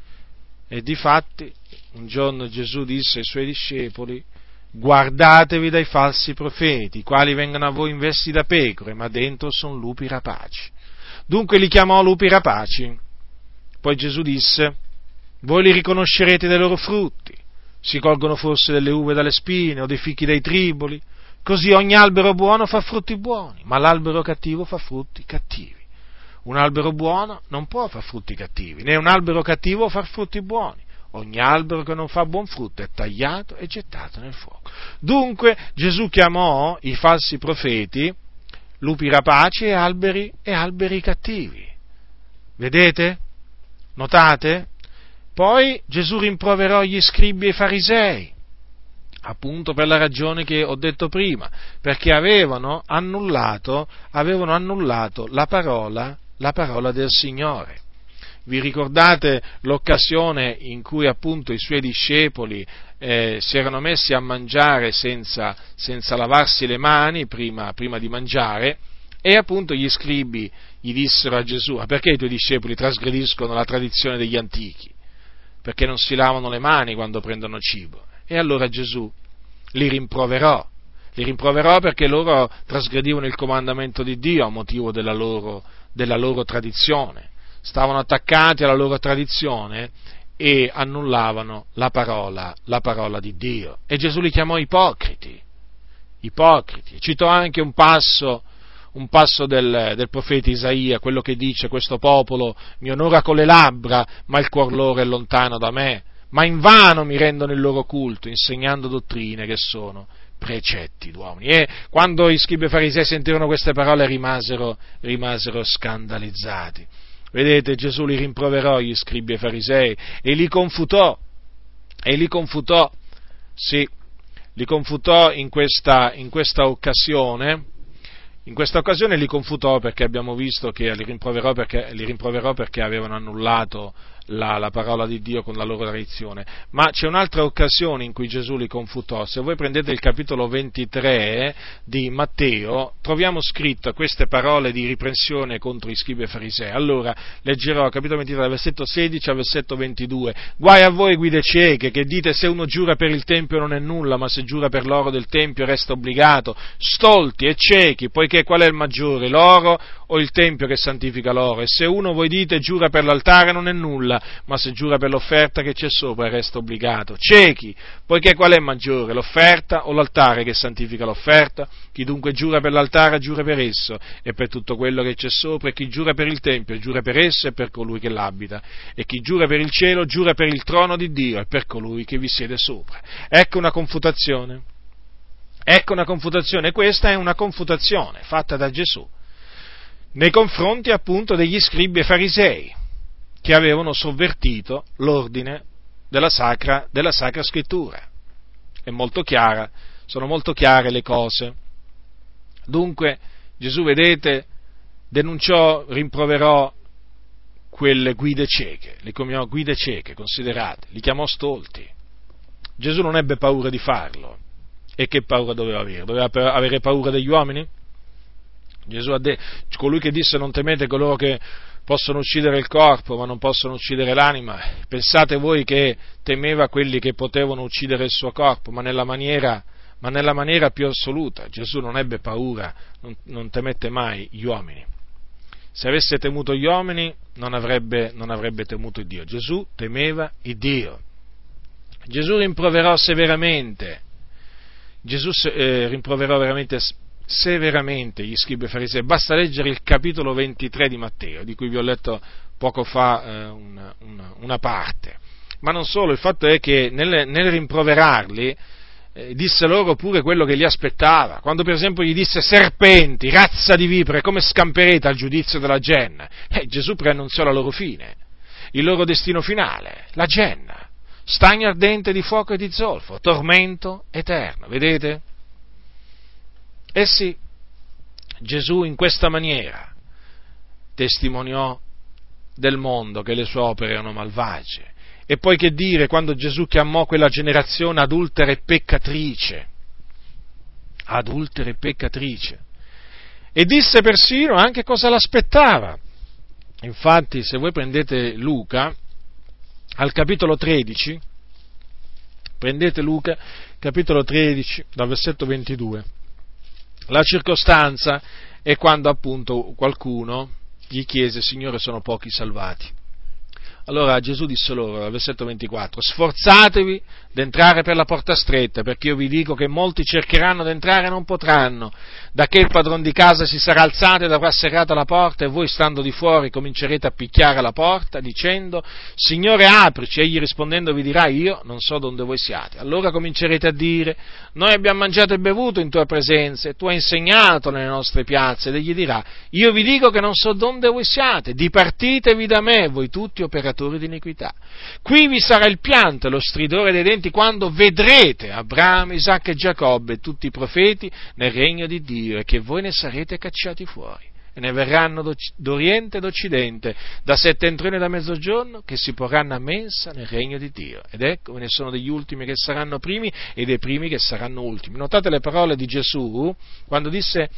Speaker 1: E difatti un giorno Gesù disse ai suoi discepoli: guardatevi dai falsi profeti, i quali vengono a voi in vesti da pecore, ma dentro sono lupi rapaci. Dunque li chiamò lupi rapaci. Poi Gesù disse: voi li riconoscerete dai loro frutti, si colgono forse delle uve dalle spine o dei fichi dai triboli, così ogni albero buono fa frutti buoni, ma l'albero cattivo fa frutti cattivi. Un albero buono non può far frutti cattivi, né un albero cattivo far frutti buoni. Ogni albero che non fa buon frutto è tagliato e gettato nel fuoco. Dunque Gesù chiamò i falsi profeti lupi rapaci e alberi, e alberi cattivi. Vedete? Notate? Poi Gesù rimproverò gli scribi e i farisei, appunto per la ragione che ho detto prima, perché avevano annullato, avevano annullato la parola, la parola del Signore. Vi ricordate l'occasione in cui appunto i suoi discepoli eh, si erano messi a mangiare senza, senza lavarsi le mani prima, prima di mangiare? E appunto gli scribi gli dissero a Gesù: ma perché i tuoi discepoli trasgrediscono la tradizione degli antichi? Perché non si lavano le mani quando prendono cibo. E allora Gesù li rimproverò, li rimproverò perché loro trasgredivano il comandamento di Dio a motivo della loro, della loro tradizione. Stavano attaccati alla loro tradizione e annullavano la parola, la parola di Dio. E Gesù li chiamò ipocriti, ipocriti. Citò anche un passo un passo del, del profeta Isaia, quello che dice: questo popolo mi onora con le labbra, ma il cuor loro è lontano da me, ma invano mi rendono il loro culto, insegnando dottrine che sono precetti d'uomini. E quando i scribi e farisei sentirono queste parole rimasero, rimasero scandalizzati. Vedete, Gesù li rimproverò gli scribi e farisei e li confutò, e li confutò, sì, li confutò in questa, in questa occasione. In questa occasione li confutò perché abbiamo visto che li rimproverò perché, li rimproverò perché avevano annullato la, la parola di Dio con la loro tradizione. Ma c'è un'altra occasione in cui Gesù li confutò. Se voi prendete il capitolo ventitré di Matteo, troviamo scritto queste parole di riprensione contro i scribi e farisei. Allora, leggerò capitolo ventitré, dal versetto sedici al versetto ventidue. Guai a voi guide cieche, che dite: se uno giura per il Tempio non è nulla, ma se giura per l'oro del Tempio resta obbligato. Stolti e ciechi, poiché qual è il maggiore, l'oro o il Tempio che santifica l'oro? E se uno, voi dite, giura per l'altare non è nulla, ma se giura per l'offerta che c'è sopra resta obbligato. Ciechi, poiché qual è maggiore, l'offerta o l'altare che santifica l'offerta? Chi dunque giura per l'altare giura per esso e per tutto quello che c'è sopra, e chi giura per il Tempio giura per esso e per colui che l'abita, e chi giura per il cielo giura per il trono di Dio e per colui che vi siede sopra. Ecco una confutazione. Ecco una confutazione, questa è una confutazione fatta da Gesù nei confronti appunto degli scribi e farisei che avevano sovvertito l'ordine della sacra, della sacra scrittura. È molto chiara, sono molto chiare le cose. Dunque Gesù, vedete, denunciò, rimproverò quelle guide cieche, le chiamò guide cieche, considerate, li chiamò stolti. Gesù non ebbe paura di farlo. E che paura doveva avere? Doveva avere paura degli uomini? Gesù ha detto, colui che disse: non temete coloro che possono uccidere il corpo ma non possono uccidere l'anima, pensate voi che temeva quelli che potevano uccidere il suo corpo, ma nella maniera, ma nella maniera più assoluta. Gesù non ebbe paura, non, non temette mai gli uomini. Se avesse temuto gli uomini non avrebbe, non avrebbe temuto il Dio. Gesù temeva il Dio. Gesù rimproverò severamente, Gesù eh, rimproverò veramente severamente gli scribi e farisei. Basta leggere il capitolo ventitré di Matteo, di cui vi ho letto poco fa eh, una, una, una parte. Ma non solo, il fatto è che nel, nel rimproverarli, eh, disse loro pure quello che li aspettava, quando per esempio gli disse serpenti, razza di vipere, come scamperete al giudizio della genna? Eh, Gesù preannunziò la loro fine, il loro destino finale, la genna, stagno ardente di fuoco e di zolfo, tormento eterno, vedete? Eh sì, Gesù in questa maniera testimoniò del mondo che le sue opere erano malvagie. E poi che dire quando Gesù chiamò quella generazione adultera e peccatrice, adultera e peccatrice, e disse persino anche cosa l'aspettava. Infatti, se voi prendete Luca, al capitolo tredici, prendete Luca, capitolo tredici, dal versetto ventidue, la circostanza è quando appunto qualcuno gli chiese: Signore, sono pochi salvati. Allora Gesù disse loro, al versetto ventiquattro, sforzatevi d'entrare per la porta stretta, perché io vi dico che molti cercheranno d'entrare e non potranno, da che il padron di casa si sarà alzato ed avrà serrata la porta, e voi stando di fuori comincerete a picchiare la porta, dicendo: Signore, aprici. Egli rispondendo vi dirà: io non so dove voi siate. Allora comincerete a dire: noi abbiamo mangiato e bevuto in tua presenza, e tu hai insegnato nelle nostre piazze. Ed egli dirà: io vi dico che non so dove voi siate, dipartitevi da me, voi tutti operatori di iniquità. Qui vi sarà il pianto e lo stridore dei denti quando vedrete Abramo, Isacco e Giacobbe e tutti i profeti nel regno di Dio, e che voi ne sarete cacciati fuori. E ne verranno d'oriente ed occidente, da settentrione e da mezzogiorno, che si porranno a mensa nel regno di Dio. Ed ecco, ve ne sono degli ultimi che saranno primi e dei primi che saranno ultimi. Notate le parole di Gesù quando disse: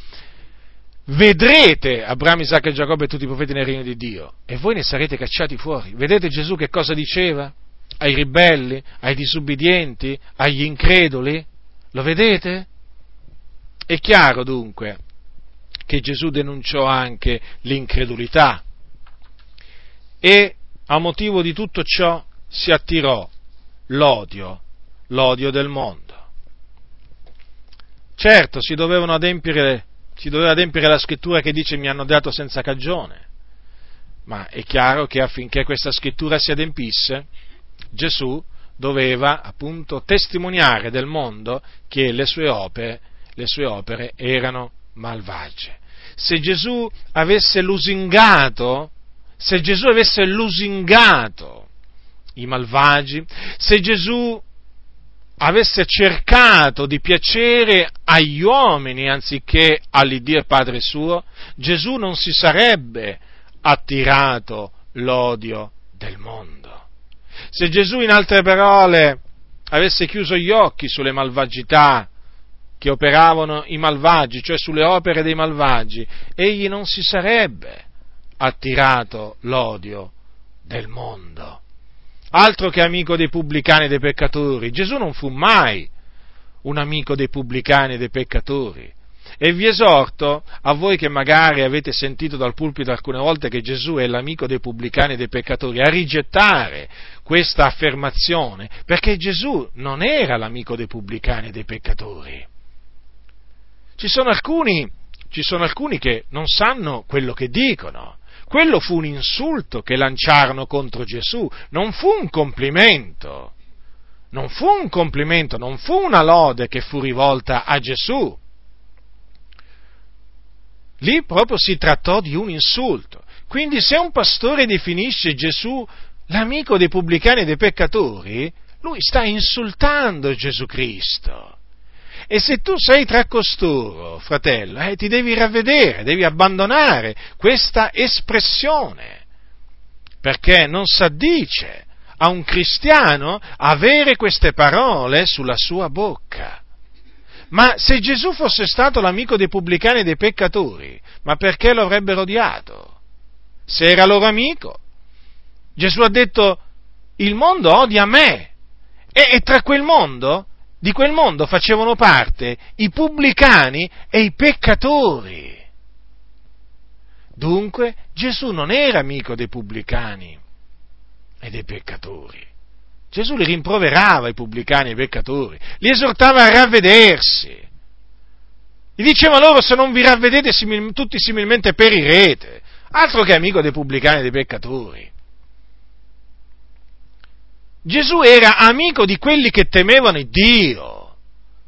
Speaker 1: vedrete Abramo, Isacco e Giacobbe e tutti i profeti nel regno di Dio, e voi ne sarete cacciati fuori. Vedete Gesù che cosa diceva? Ai ribelli, ai disubbidienti, agli increduli? Lo vedete? È chiaro dunque che Gesù denunciò anche l'incredulità, e a motivo di tutto ciò si attirò l'odio, l'odio del mondo. Certo, si dovevano adempiere Si doveva adempiere la scrittura che dice: mi hanno dato senza cagione, ma è chiaro che affinché questa scrittura si adempisse, Gesù doveva appunto testimoniare del mondo che le sue opere, le sue opere erano malvagie. Se Gesù avesse lusingato, se Gesù avesse lusingato i malvagi, se Gesù avesse cercato di piacere agli uomini anziché all'Iddio e Padre suo, Gesù non si sarebbe attirato l'odio del mondo. Se Gesù, in altre parole, avesse chiuso gli occhi sulle malvagità che operavano i malvagi, cioè sulle opere dei malvagi, egli non si sarebbe attirato l'odio del mondo. Altro che amico dei pubblicani e dei peccatori. Gesù non fu mai un amico dei pubblicani e dei peccatori. E vi esorto, a voi che magari avete sentito dal pulpito alcune volte che Gesù è l'amico dei pubblicani e dei peccatori, a rigettare questa affermazione, perché Gesù non era l'amico dei pubblicani e dei peccatori. Ci sono alcuni, ci sono alcuni che non sanno quello che dicono. Quello fu un insulto che lanciarono contro Gesù, non fu un complimento, non fu un complimento, non fu una lode che fu rivolta a Gesù. Lì proprio si trattò di un insulto. Quindi se un pastore definisce Gesù l'amico dei pubblicani e dei peccatori, lui sta insultando Gesù Cristo. E se tu sei tra costoro, fratello, eh, ti devi ravvedere, devi abbandonare questa espressione, perché non s'addice a un cristiano avere queste parole sulla sua bocca. Ma se Gesù fosse stato l'amico dei pubblicani e dei peccatori, ma perché lo avrebbero odiato? Se era loro amico, Gesù ha detto: il mondo odia me, e, e tra quel mondo... Di quel mondo facevano parte i pubblicani e i peccatori. Dunque Gesù non era amico dei pubblicani e dei peccatori. Gesù li rimproverava i pubblicani e i peccatori, li esortava a ravvedersi. Gli diceva loro: se non vi ravvedete simil- tutti similmente perirete. Altro che amico dei pubblicani e dei peccatori. Gesù era amico di quelli che temevano il Dio,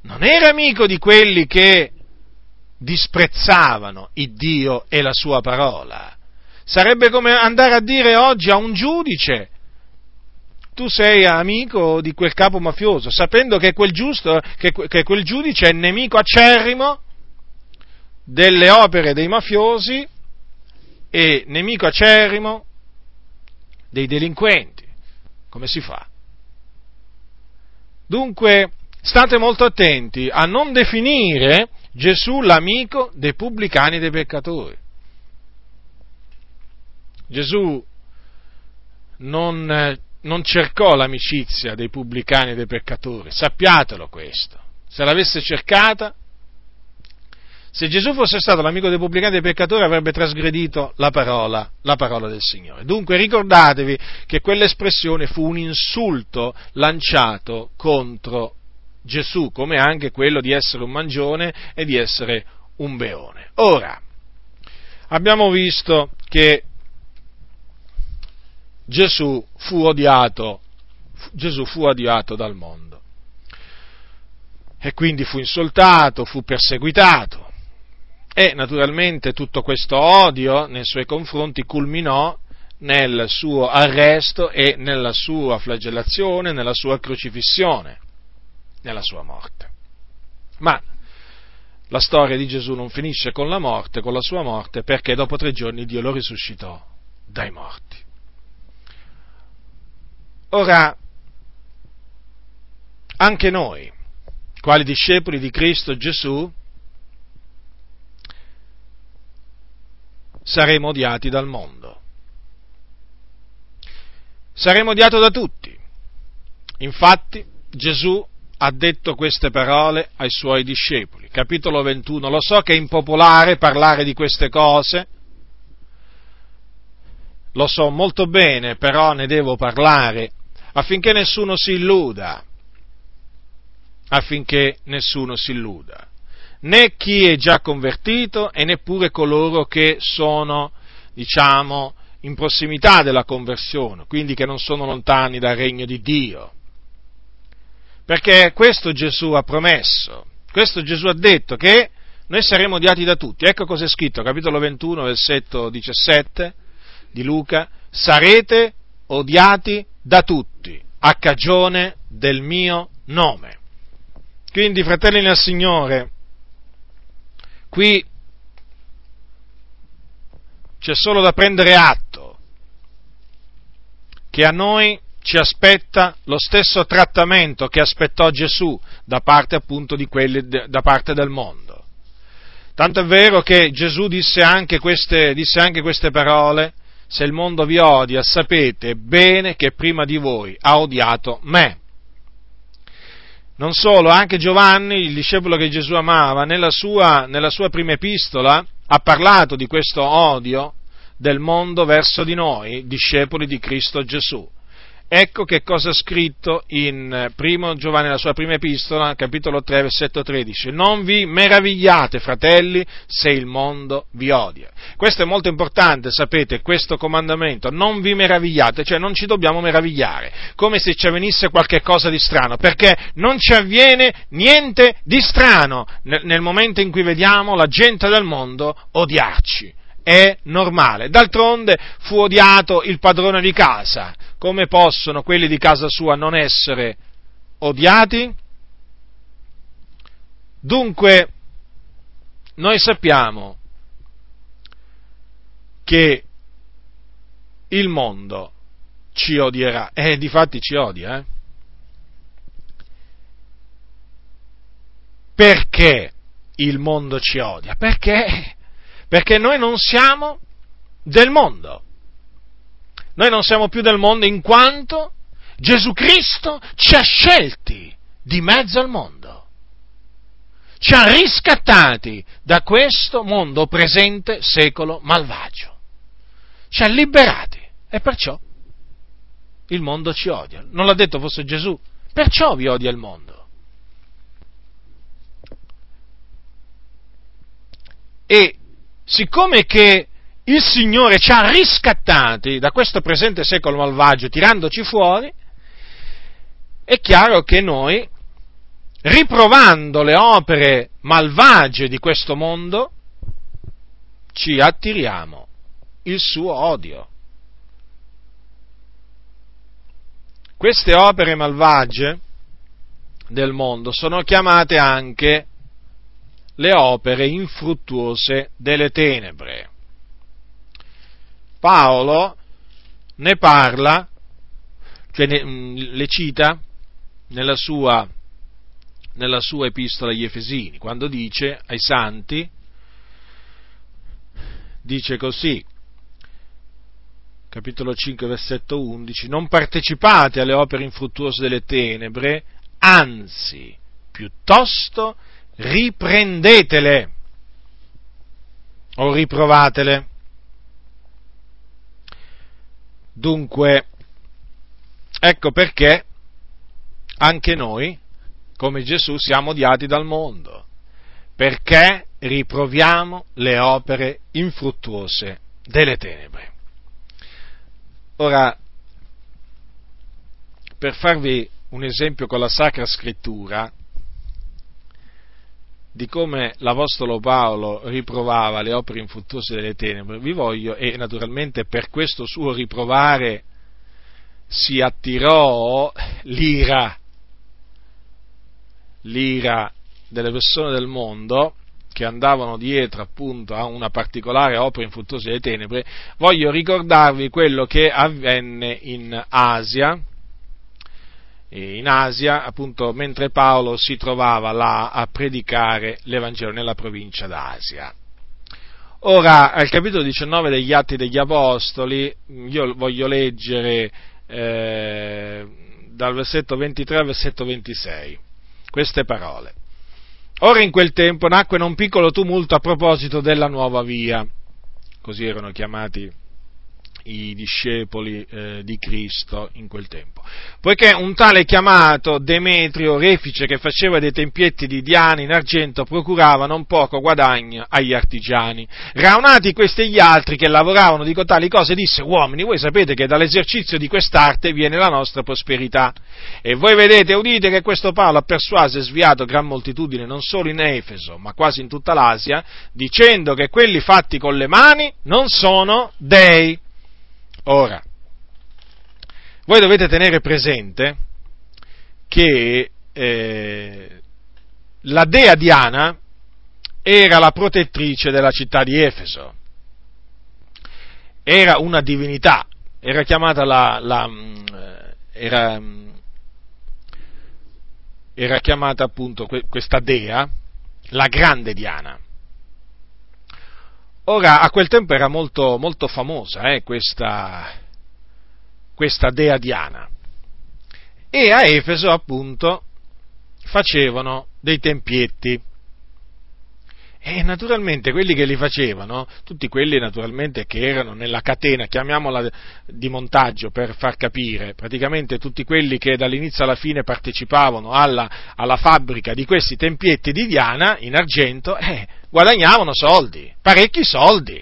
Speaker 1: non era amico di quelli che disprezzavano il Dio e la sua parola. Sarebbe come andare a dire oggi a un giudice: tu sei amico di quel capo mafioso, sapendo che quel, giusto, che, che quel giudice è nemico acerrimo delle opere dei mafiosi e nemico acerrimo dei delinquenti. Come si fa? Dunque, state molto attenti a non definire Gesù l'amico dei pubblicani e dei peccatori. Gesù non, non cercò l'amicizia dei pubblicani e dei peccatori, sappiatelo questo. Se l'avesse cercata, se Gesù fosse stato l'amico dei pubblicani e dei peccatori, avrebbe trasgredito la parola, la parola del Signore. Dunque ricordatevi che quell'espressione fu un insulto lanciato contro Gesù, come anche quello di essere un mangione e di essere un beone. Ora, abbiamo visto che Gesù fu odiato, Gesù fu odiato dal mondo e quindi fu insultato, fu perseguitato. E naturalmente tutto questo odio nei suoi confronti culminò nel suo arresto e nella sua flagellazione, nella sua crocifissione, nella sua morte. Ma la storia di Gesù non finisce con la morte, con la sua morte, perché dopo tre giorni Dio lo risuscitò dai morti. Ora, anche noi, quali discepoli di Cristo Gesù, saremo odiati dal mondo. Saremo odiati da tutti. Infatti, Gesù ha detto queste parole ai suoi discepoli. Capitolo ventuno. Lo so che è impopolare parlare di queste cose, lo so molto bene, però ne devo parlare affinché nessuno si illuda, affinché nessuno si illuda. Né chi è già convertito e neppure coloro che sono, diciamo, in prossimità della conversione, quindi che non sono lontani dal regno di Dio. Perché questo Gesù ha promesso, questo Gesù ha detto che noi saremo odiati da tutti. Ecco cosa è scritto, capitolo ventuno, versetto diciassette di Luca: sarete odiati da tutti a cagione del mio nome. Quindi, fratelli nel Signore, qui c'è solo da prendere atto che a noi ci aspetta lo stesso trattamento che aspettò Gesù da parte appunto di quelli, da parte del mondo. Tanto è vero che Gesù disse anche queste, disse anche queste parole: se il mondo vi odia, sapete bene che prima di voi ha odiato me. Non solo, anche Giovanni, il discepolo che Gesù amava, nella sua, nella sua prima epistola ha parlato di questo odio del mondo verso di noi, discepoli di Cristo Gesù. Ecco che cosa ha scritto in primo Giovanni, la sua prima epistola, capitolo tre, versetto tredici. Non vi meravigliate, fratelli, se il mondo vi odia. Questo è molto importante, sapete, questo comandamento. Non vi meravigliate, cioè non ci dobbiamo meravigliare, come se ci avvenisse qualche cosa di strano, perché non ci avviene niente di strano nel, nel momento in cui vediamo la gente del mondo odiarci. È normale. D'altronde fu odiato il padrone di casa. Come possono quelli di casa sua non essere odiati? Dunque, noi sappiamo che il mondo ci odierà, e difatti ci odia, eh? Perché il mondo ci odia? Perché? Perché noi non siamo del mondo. Noi non siamo più del mondo in quanto Gesù Cristo ci ha scelti di mezzo al mondo. Ci ha riscattati da questo mondo presente secolo malvagio. Ci ha liberati e perciò il mondo ci odia. Non l'ha detto forse Gesù? Perciò vi odia il mondo. E siccome che il Signore ci ha riscattati da questo presente secolo malvagio, tirandoci fuori, è chiaro che noi riprovando le opere malvagie di questo mondo, ci attiriamo il suo odio. Queste opere malvagie del mondo sono chiamate anche le opere infruttuose delle tenebre. Paolo ne parla, cioè ne, le cita nella sua, nella sua epistola agli Efesini, quando dice ai santi, dice così, capitolo cinque, versetto undici, non partecipate alle opere infruttuose delle tenebre, anzi, piuttosto riprendetele o riprovatele. Dunque, ecco perché anche noi, come Gesù, siamo odiati dal mondo, perché riproviamo le opere infruttuose delle tenebre. Ora, per farvi un esempio con la Sacra Scrittura di come l'Apostolo Paolo riprovava le opere infruttuose delle tenebre, vi voglio, e naturalmente per questo suo riprovare si attirò l'ira, l'ira delle persone del mondo che andavano dietro appunto a una particolare opera infruttuosa delle tenebre. Voglio ricordarvi quello che avvenne in Asia, in Asia, appunto, mentre Paolo si trovava là a predicare l'Evangelo nella provincia d'Asia. Ora, al capitolo diciannove degli Atti degli Apostoli, io voglio leggere eh, dal versetto ventitré al versetto ventisei queste parole. Ora in quel tempo nacque un piccolo tumulto a proposito della nuova via, così erano chiamati i discepoli eh, di Cristo in quel tempo, poiché un tale chiamato Demetrio, refice che faceva dei tempietti di Diana in argento, procurava non poco guadagno agli artigiani. Raunati questi e gli altri che lavoravano di cotali cose, disse: uomini, voi sapete che dall'esercizio di quest'arte viene la nostra prosperità, e voi vedete e udite che questo Paolo ha persuaso e sviato gran moltitudine non solo in Efeso, ma quasi in tutta l'Asia, dicendo che quelli fatti con le mani non sono dei. Ora, voi dovete tenere presente che eh, la dea Diana era la protettrice della città di Efeso, era una divinità, era chiamata la, la era, era chiamata appunto questa dea la grande Diana. Ora, a quel tempo era molto, molto famosa eh, questa, questa dea Diana, e a Efeso appunto facevano dei tempietti, e naturalmente quelli che li facevano, tutti quelli naturalmente che erano nella catena, chiamiamola di montaggio per far capire, praticamente tutti quelli che dall'inizio alla fine partecipavano alla, alla fabbrica di questi tempietti di Diana in argento, eh, guadagnavano soldi, parecchi soldi.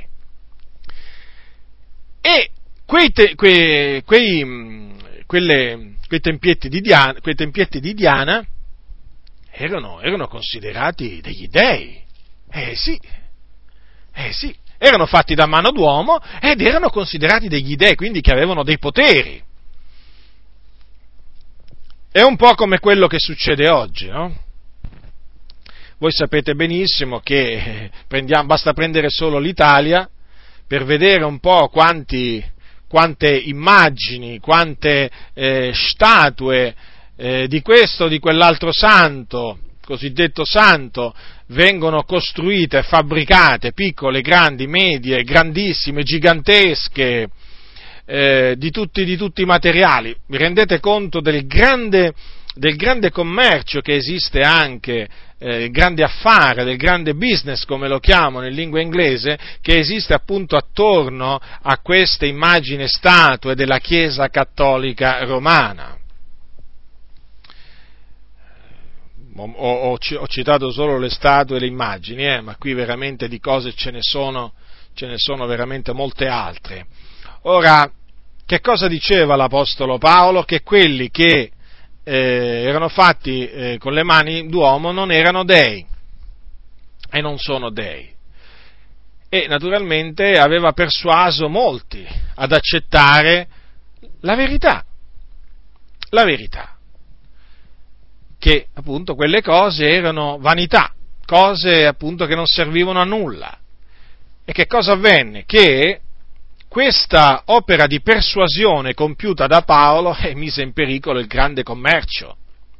Speaker 1: E quei, te, quei, quei, quelle, quei, tempietti di Diana, quei tempietti di Diana erano, erano considerati degli dei. Eh sì, eh sì, erano fatti da mano d'uomo ed erano considerati degli dei, quindi che avevano dei poteri. È un po' come quello che succede oggi, no? Voi sapete benissimo che eh, prendiamo, basta prendere solo l'Italia per vedere un po' quanti, quante immagini, quante eh, statue eh, di questo o di quell'altro santo, cosiddetto santo, vengono costruite e fabbricate, piccole, grandi, medie, grandissime, gigantesche, eh, di tutti, di tutti i materiali. Vi rendete conto del grande, del grande commercio che esiste anche, eh, il grande affare, del grande business, come lo chiamano in lingua inglese, che esiste appunto attorno a queste immagini e statue della Chiesa Cattolica Romana. Ho, ho, ho citato solo le statue e le immagini, eh, ma qui veramente di cose ce ne sono, ce ne sono veramente molte altre. Ora, che cosa diceva l'Apostolo Paolo? Che quelli che eh, erano fatti eh, con le mani d'uomo non erano dei e non sono dei. E naturalmente aveva persuaso molti ad accettare la verità, la verità, che appunto quelle cose erano vanità, cose appunto che non servivano a nulla. E che cosa avvenne? Che questa opera di persuasione compiuta da Paolo eh, mise in pericolo il grande commercio,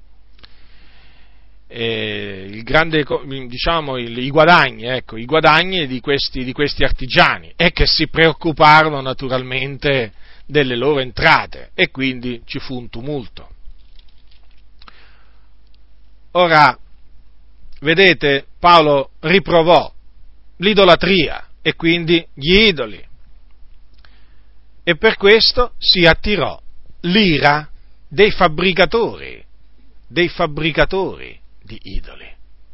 Speaker 1: eh, il grande, diciamo, il, i guadagni, ecco, i guadagni di questi, di questi artigiani, e che si preoccuparono naturalmente delle loro entrate, e quindi ci fu un tumulto. Ora, vedete, Paolo riprovò l'idolatria e quindi gli idoli, e per questo si attirò l'ira dei fabbricatori, dei fabbricatori di idoli.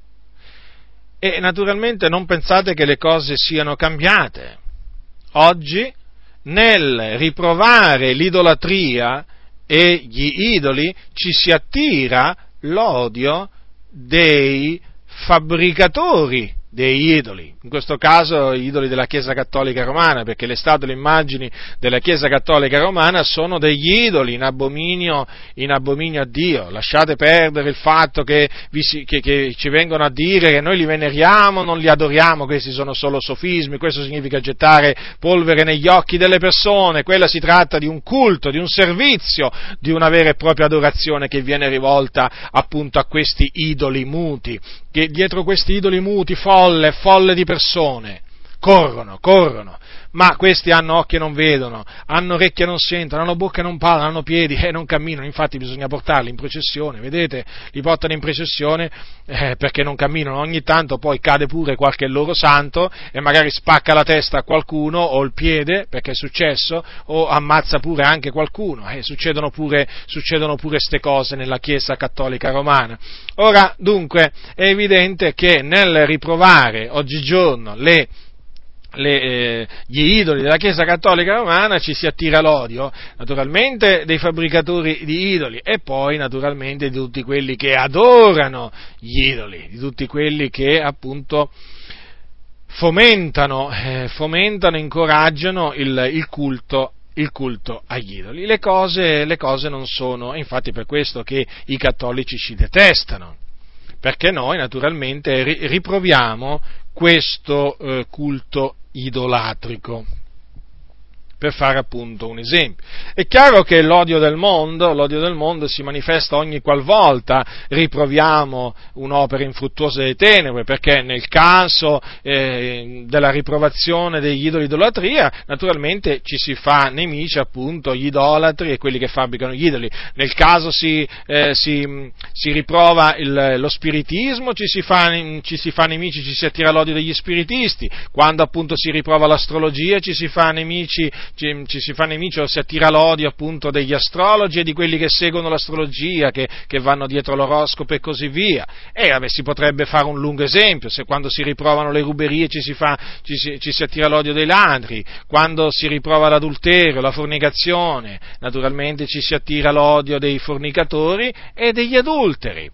Speaker 1: E naturalmente non pensate che le cose siano cambiate. Oggi, nel riprovare l'idolatria e gli idoli, ci si attira l'odio dei fabbricatori dei idoli, in questo caso idoli della Chiesa Cattolica Romana, perché le statue e le immagini della Chiesa Cattolica Romana sono degli idoli in abominio, in abominio a Dio. Lasciate perdere il fatto che, vi si, che, che ci vengono a dire che noi li veneriamo, non li adoriamo, questi sono solo sofismi, questo significa gettare polvere negli occhi delle persone. Quella si tratta di un culto, di un servizio, di una vera e propria adorazione che viene rivolta appunto a questi idoli muti, che dietro questi idoli muti, folle, folle di persone, corrono, corrono, ma questi hanno occhi e non vedono, hanno orecchie e non sentono, hanno bocca e non parlano, hanno piedi e non camminano. Infatti bisogna portarli in processione, vedete, li portano in processione eh, perché non camminano. Ogni tanto poi cade pure qualche loro santo e magari spacca la testa a qualcuno o il piede, perché è successo, o ammazza pure anche qualcuno. Eh, succedono pure succedono pure ste cose nella Chiesa Cattolica Romana. Ora, dunque, è evidente che nel riprovare oggigiorno le Le, eh, gli idoli della Chiesa Cattolica Romana ci si attira l'odio, naturalmente, dei fabbricatori di idoli, e poi naturalmente di tutti quelli che adorano gli idoli, di tutti quelli che appunto fomentano, eh, fomentano, incoraggiano il, il culto il culto agli idoli. Le cose, le cose non sono, infatti per questo che i cattolici ci detestano, perché noi naturalmente riproviamo questo eh, culto idolatrico. Per fare appunto un esempio. È chiaro che l'odio del mondo, l'odio del mondo si manifesta ogni qualvolta riproviamo un'opera infruttuosa delle tenebre, perché nel caso eh, della riprovazione degli idoli idolatria, naturalmente ci si fa nemici appunto gli idolatri e quelli che fabbricano gli idoli. Nel caso si, eh, si, si riprova il, lo spiritismo, ci si, fa, ci si fa nemici, ci si attira l'odio degli spiritisti. Quando appunto si riprova l'astrologia, ci si fa nemici Ci, ci si fa nemici o si attira l'odio appunto degli astrologi e di quelli che seguono l'astrologia, che, che vanno dietro l'oroscopo e così via. E vabbè, si potrebbe fare un lungo esempio: se quando si riprovano le ruberie ci si, fa, ci, si, ci si attira l'odio dei ladri, quando si riprova l'adulterio, la fornicazione, naturalmente ci si attira l'odio dei fornicatori e degli adulteri.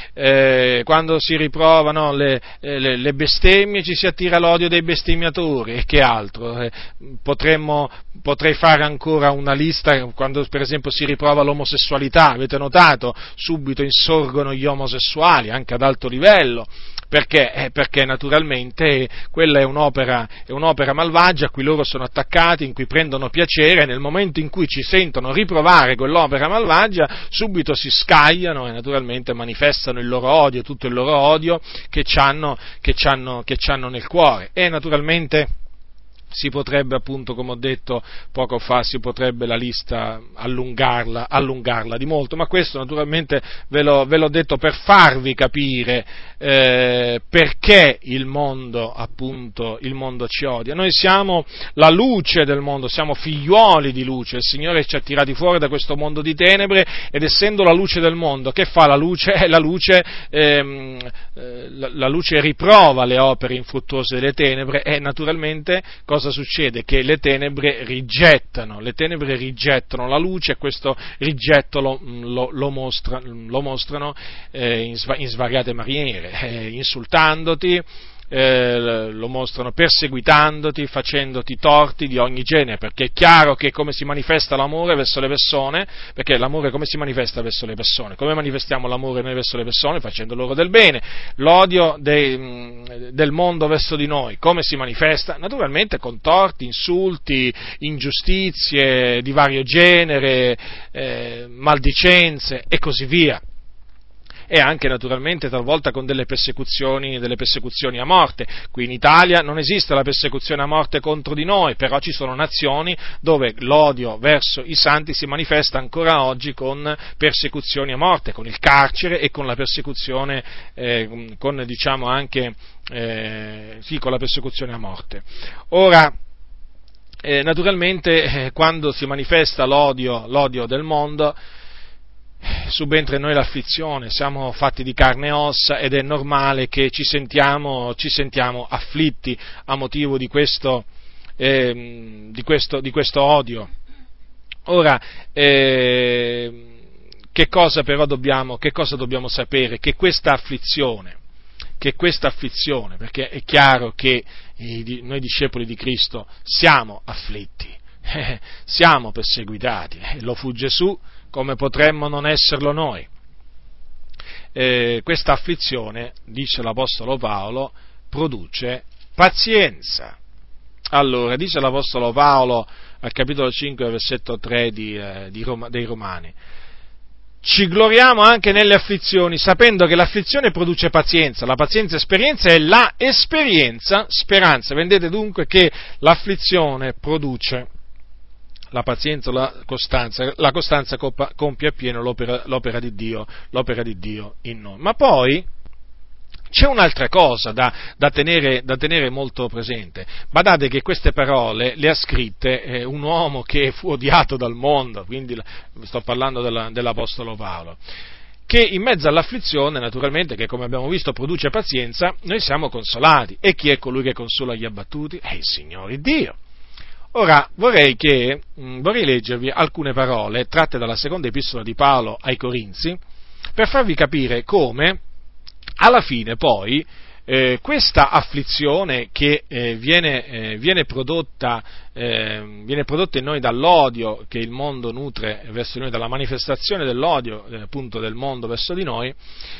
Speaker 1: Eh, quando si riprovano le, le, le bestemmie ci si attira l'odio dei bestemmiatori, e che altro? Eh, potremmo, potrei fare ancora una lista. Quando per esempio si riprova l'omosessualità, avete notato? Subito insorgono gli omosessuali, anche ad alto livello. Perché? Eh, perché naturalmente quella è un'opera, è un'opera malvagia a cui loro sono attaccati, in cui prendono piacere, e nel momento in cui ci sentono riprovare quell'opera malvagia, subito si scagliano e naturalmente manifestano il loro odio, tutto il loro odio che c'hanno, che c'hanno, che c'hanno nel cuore. E naturalmente si potrebbe appunto, come ho detto poco fa, si potrebbe la lista allungarla, allungarla di molto, ma questo naturalmente ve, lo, ve l'ho detto per farvi capire eh, perché il mondo, appunto, il mondo ci odia. Noi siamo la luce del mondo, siamo figliuoli di luce, il Signore ci ha tirati fuori da questo mondo di tenebre, ed essendo la luce del mondo, che fa la luce? La luce, ehm, la, la luce riprova le opere infruttuose delle tenebre, e naturalmente cosa cosa succede? Che le tenebre rigettano, le tenebre rigettano la luce, e questo rigetto lo, lo, lo, mostra, lo mostrano eh, in, in svariate maniere, eh, insultandoti, Eh, lo mostrano perseguitandoti, facendoti torti di ogni genere, perché è chiaro che come si manifesta l'amore verso le persone, perché l'amore come si manifesta verso le persone? Come manifestiamo l'amore noi verso le persone? Facendo loro del bene. L'odio dei, del mondo verso di noi, come si manifesta? Naturalmente con torti, insulti, ingiustizie di vario genere, eh, maldicenze e così via. E anche naturalmente talvolta con delle persecuzioni, delle persecuzioni a morte. Qui in Italia non esiste la persecuzione a morte contro di noi, però ci sono nazioni dove l'odio verso i santi si manifesta ancora oggi con persecuzioni a morte, con il carcere e con la persecuzione, eh, con diciamo anche, eh, sì, con la persecuzione a morte. Ora, eh, naturalmente, eh, quando si manifesta l'odio, l'odio del mondo, subentra in noi l'afflizione, siamo fatti di carne e ossa ed è normale che ci sentiamo, ci sentiamo afflitti a motivo di questo, eh, di questo, di questo odio. Ora, eh, che cosa però dobbiamo, che cosa dobbiamo sapere? Che questa afflizione, che questa afflizione, perché è chiaro che i, noi discepoli di Cristo siamo afflitti, eh, siamo perseguitati, eh, lo fu Gesù, come potremmo non esserlo noi. Eh, questa afflizione, dice l'Apostolo Paolo, produce pazienza. Allora, dice l'Apostolo Paolo al capitolo cinque, versetto tre di, eh, di Roma, dei Romani: ci gloriamo anche nelle afflizioni, sapendo che l'afflizione produce pazienza, la pazienza esperienza e la esperienza speranza. Vedete dunque che l'afflizione produce la pazienza, la costanza, la costanza compie appieno l'opera, l'opera di Dio, l'opera di Dio in noi. Ma poi c'è un'altra cosa da, da, tenere, da tenere molto presente. Badate che queste parole le ha scritte eh, un uomo che fu odiato dal mondo, quindi sto parlando della, dell'Apostolo Paolo, che in mezzo all'afflizione, naturalmente, che come abbiamo visto produce pazienza, noi siamo consolati. E chi è colui che consola gli abbattuti? È il Signore Dio. Ora, vorrei che, mh, vorrei leggervi alcune parole tratte dalla seconda epistola di Paolo ai Corinzi, per farvi capire come, alla fine poi, eh, questa afflizione che eh, viene, eh, viene, prodotta, eh, viene prodotta in noi dall'odio che il mondo nutre verso di noi, dalla manifestazione dell'odio, eh, appunto, del mondo verso di noi,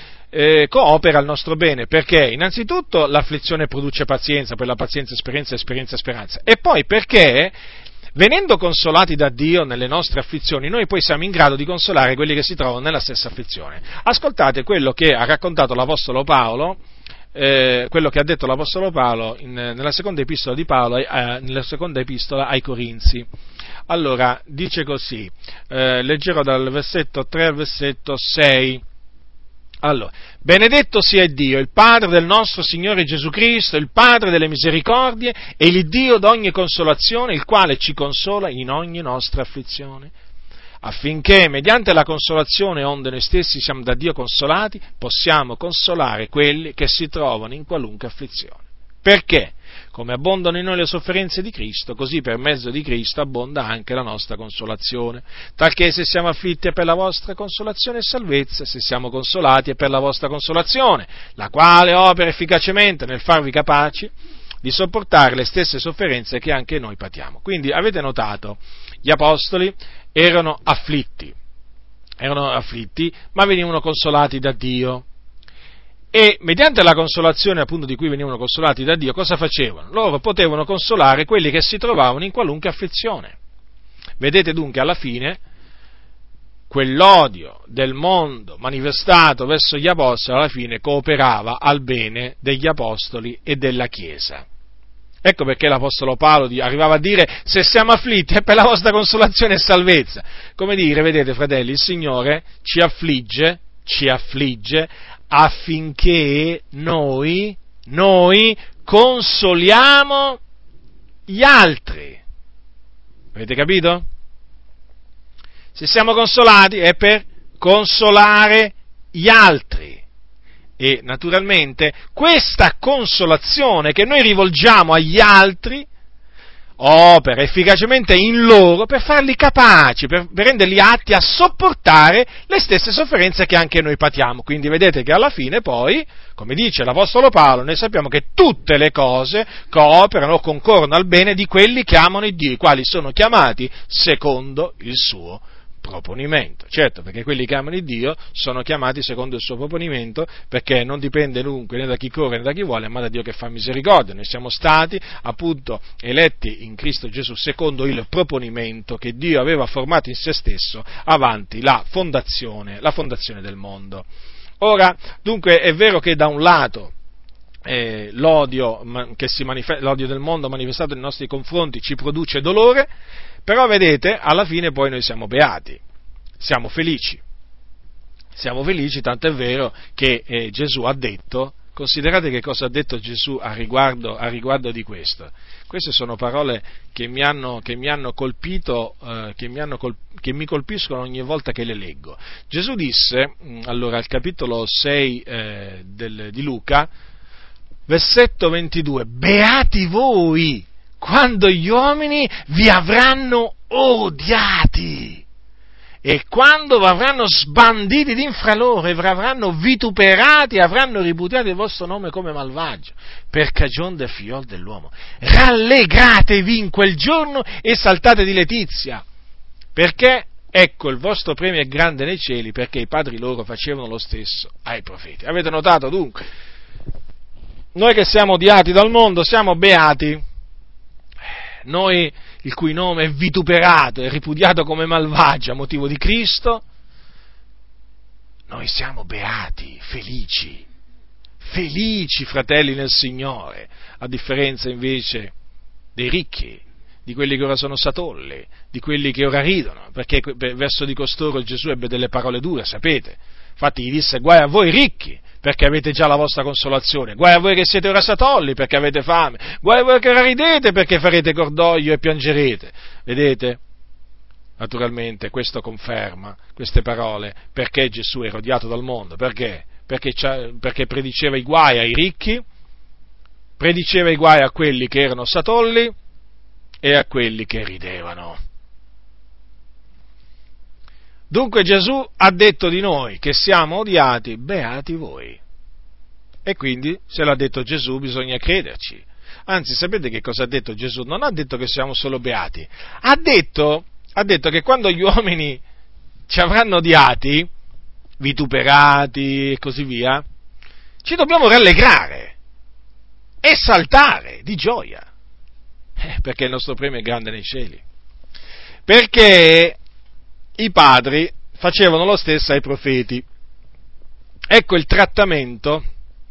Speaker 1: Eh, coopera al nostro bene, perché innanzitutto l'afflizione produce pazienza, poi la pazienza esperienza, esperienza speranza, e poi perché venendo consolati da Dio nelle nostre afflizioni, noi poi siamo in grado di consolare quelli che si trovano nella stessa afflizione. Ascoltate quello che ha raccontato l'Apostolo Paolo, eh, quello che ha detto l'Apostolo Paolo in, nella seconda epistola di Paolo, eh, nella seconda epistola ai Corinzi. Allora, dice così, eh, leggerò dal versetto tre al versetto sei. Allora, benedetto sia Dio, il Padre del nostro Signore Gesù Cristo, il Padre delle misericordie e il Dio d'ogni consolazione, il quale ci consola in ogni nostra afflizione, affinché, mediante la consolazione onde noi stessi siamo da Dio consolati, possiamo consolare quelli che si trovano in qualunque afflizione. Perché? Come abbondano in noi le sofferenze di Cristo, così per mezzo di Cristo abbonda anche la nostra consolazione. Talché se siamo afflitti è per la vostra consolazione e salvezza, se siamo consolati è per la vostra consolazione, la quale opera efficacemente nel farvi capaci di sopportare le stesse sofferenze che anche noi patiamo. Quindi avete notato, gli apostoli erano afflitti, erano afflitti, ma venivano consolati da Dio. E mediante la consolazione appunto di cui venivano consolati da Dio, cosa facevano? Loro potevano consolare quelli che si trovavano in qualunque afflizione. Vedete dunque alla fine quell'odio del mondo manifestato verso gli apostoli alla fine cooperava al bene degli apostoli e della Chiesa. Ecco perché l'Apostolo Paolo arrivava a dire: se siamo afflitti è per la vostra consolazione e salvezza. Come dire, vedete fratelli, il Signore ci affligge, ci affligge affinché noi, noi consoliamo gli altri. Avete capito? Se siamo consolati è per consolare gli altri. E naturalmente questa consolazione che noi rivolgiamo agli altri opera efficacemente in loro per farli capaci, per, per renderli atti a sopportare le stesse sofferenze che anche noi patiamo. Quindi vedete che alla fine poi, come dice l'Apostolo Paolo, noi sappiamo che tutte le cose cooperano o concorrono al bene di quelli che amano il Dio, i quali sono chiamati secondo il suo proponimento. Certo, perché quelli che amano il Dio sono chiamati secondo il suo proponimento, perché non dipende dunque né da chi corre né da chi vuole, ma da Dio che fa misericordia. Noi siamo stati appunto eletti in Cristo Gesù secondo il proponimento che Dio aveva formato in se stesso avanti la fondazione, la fondazione del mondo. Ora, dunque, è vero che da un lato Eh, l'odio, che si manifesta, l'odio del mondo manifestato nei nostri confronti ci produce dolore, però vedete, alla fine poi noi siamo beati, siamo felici, siamo felici, tanto è vero che eh, Gesù ha detto, considerate che cosa ha detto Gesù a riguardo, a riguardo di questo. Queste sono parole che mi hanno, che mi hanno colpito, eh, che, mi hanno col, che mi colpiscono ogni volta che le leggo. Gesù disse, allora al capitolo sei eh, del, di Luca, versetto ventidue, beati voi quando gli uomini vi avranno odiati e quando vi avranno sbanditi d'infra loro e vi avranno vituperati e avranno ripudiato il vostro nome come malvagio per cagion del figliol dell'uomo. Rallegratevi in quel giorno e saltate di letizia, perché ecco il vostro premio è grande nei cieli, perché i padri loro facevano lo stesso ai profeti. Avete notato dunque? Noi che siamo odiati dal mondo siamo beati, noi il cui nome è vituperato e ripudiato come malvagio a motivo di Cristo, noi siamo beati, felici, felici fratelli nel Signore, a differenza invece dei ricchi, di quelli che ora sono satolli, di quelli che ora ridono, perché verso di costoro Gesù ebbe delle parole dure, sapete, infatti gli disse guai a voi ricchi, perché avete già la vostra consolazione, guai a voi che siete ora satolli, perché avete fame, guai a voi che ora ridete, perché farete cordoglio e piangerete. Vedete? Naturalmente questo conferma queste parole, perché Gesù era odiato dal mondo, perché? Perché, perché prediceva i guai ai ricchi, prediceva i guai a quelli che erano satolli e a quelli che ridevano. Dunque Gesù ha detto di noi che siamo odiati, beati voi. E quindi, se l'ha detto Gesù, bisogna crederci. Anzi, sapete che cosa ha detto Gesù? Non ha detto che siamo solo beati, ha detto, ha detto che quando gli uomini ci avranno odiati, vituperati e così via, ci dobbiamo rallegrare e saltare di gioia, eh, perché il nostro premio è grande nei cieli. Perché i padri facevano lo stesso ai profeti. Ecco il trattamento,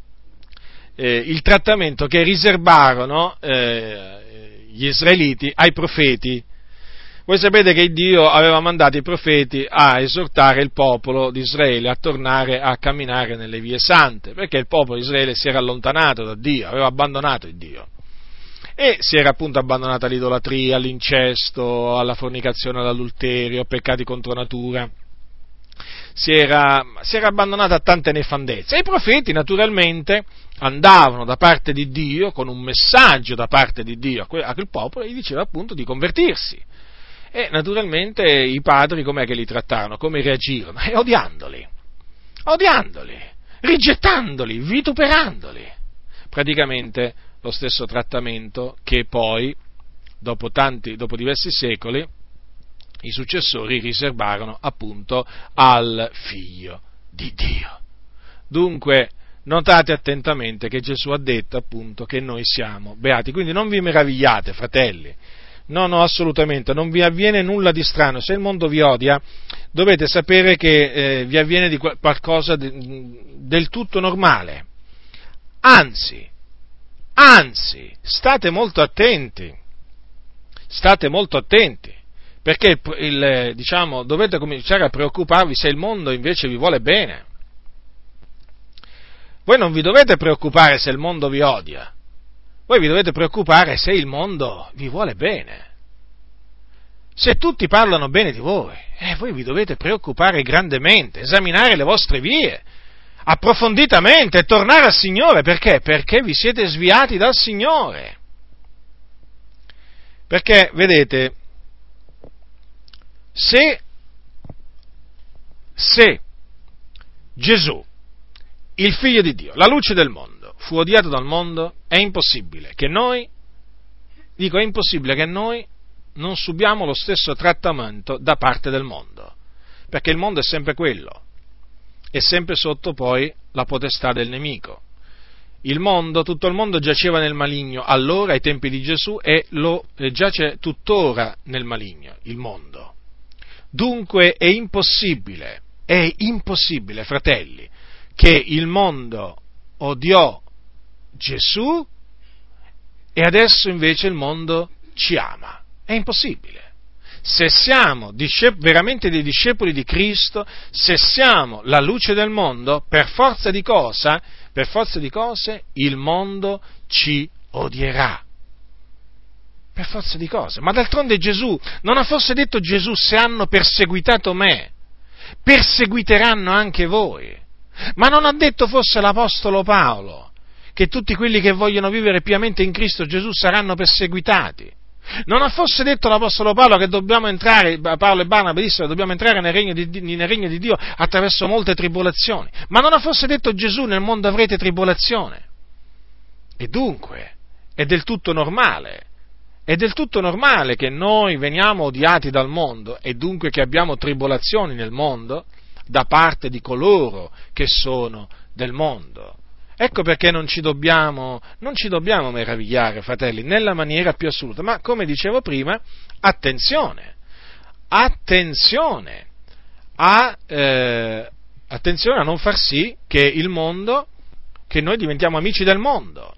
Speaker 1: eh, il trattamento che riservarono eh, gli israeliti ai profeti. Voi sapete che Dio aveva mandato i profeti a esortare il popolo di Israele a tornare a camminare nelle vie sante, perché il popolo di Israele si era allontanato da Dio, aveva abbandonato il Dio. E si era appunto abbandonata all'idolatria, all'incesto, alla fornicazione, all'adulterio, peccati contro natura. Si era, si era abbandonata a tante nefandezze. E i profeti naturalmente andavano da parte di Dio, con un messaggio da parte di Dio a quel, a quel popolo, e gli diceva appunto di convertirsi. E naturalmente i padri com'è che li trattarono? Come reagirono? E odiandoli, odiandoli, rigettandoli, vituperandoli. Praticamente lo stesso trattamento che poi, dopo tanti, dopo diversi secoli, i successori riservarono appunto al Figlio di Dio. Dunque, notate attentamente che Gesù ha detto appunto che noi siamo beati, quindi non vi meravigliate, fratelli, no, no, assolutamente, non vi avviene nulla di strano, se il mondo vi odia, dovete sapere che eh, vi avviene di qualcosa di, del tutto normale, anzi, Anzi, state molto attenti, state molto attenti, perché il, diciamo, dovete cominciare a preoccuparvi se il mondo invece vi vuole bene. Voi non vi dovete preoccupare se il mondo vi odia, voi vi dovete preoccupare se il mondo vi vuole bene. Se tutti parlano bene di voi, eh, voi vi dovete preoccupare grandemente, esaminare le vostre vie, approfonditamente e tornare al Signore, perché? Perché vi siete sviati dal Signore. Perché, vedete, se, se Gesù, il Figlio di Dio, la luce del mondo, fu odiato dal mondo, è impossibile che noi, dico è impossibile che noi non subiamo lo stesso trattamento da parte del mondo, perché il mondo è sempre quello, è sempre sotto poi la potestà del nemico. Il mondo, tutto il mondo giaceva nel maligno allora, ai tempi di Gesù, e lo eh, giace tuttora nel maligno, il mondo. Dunque è impossibile, è impossibile, fratelli, che il mondo odiò Gesù e adesso invece il mondo ci ama. È impossibile. Se siamo discep- veramente dei discepoli di Cristo, se siamo la luce del mondo, per forza di cosa? Per forza di cose, il mondo ci odierà. Per forza di cose. Ma d'altronde Gesù, non ha forse detto Gesù, se hanno perseguitato me, perseguiteranno anche voi? Ma non ha detto forse l'Apostolo Paolo che tutti quelli che vogliono vivere piamente in Cristo Gesù saranno perseguitati? Non ha forse detto l'Apostolo Paolo che dobbiamo entrare, Paolo e Barnaba dissero che dobbiamo entrare nel regno, di, nel regno di Dio attraverso molte tribolazioni? Ma non ha forse detto Gesù, nel mondo avrete tribolazione? E dunque è del tutto normale, è del tutto normale che noi veniamo odiati dal mondo e dunque che abbiamo tribolazioni nel mondo da parte di coloro che sono del mondo. Ecco perché non ci dobbiamo, non ci dobbiamo meravigliare, fratelli, nella maniera più assoluta. Ma, come dicevo prima, attenzione, attenzione a, eh, attenzione a non far sì che il mondo, che noi diventiamo amici del mondo.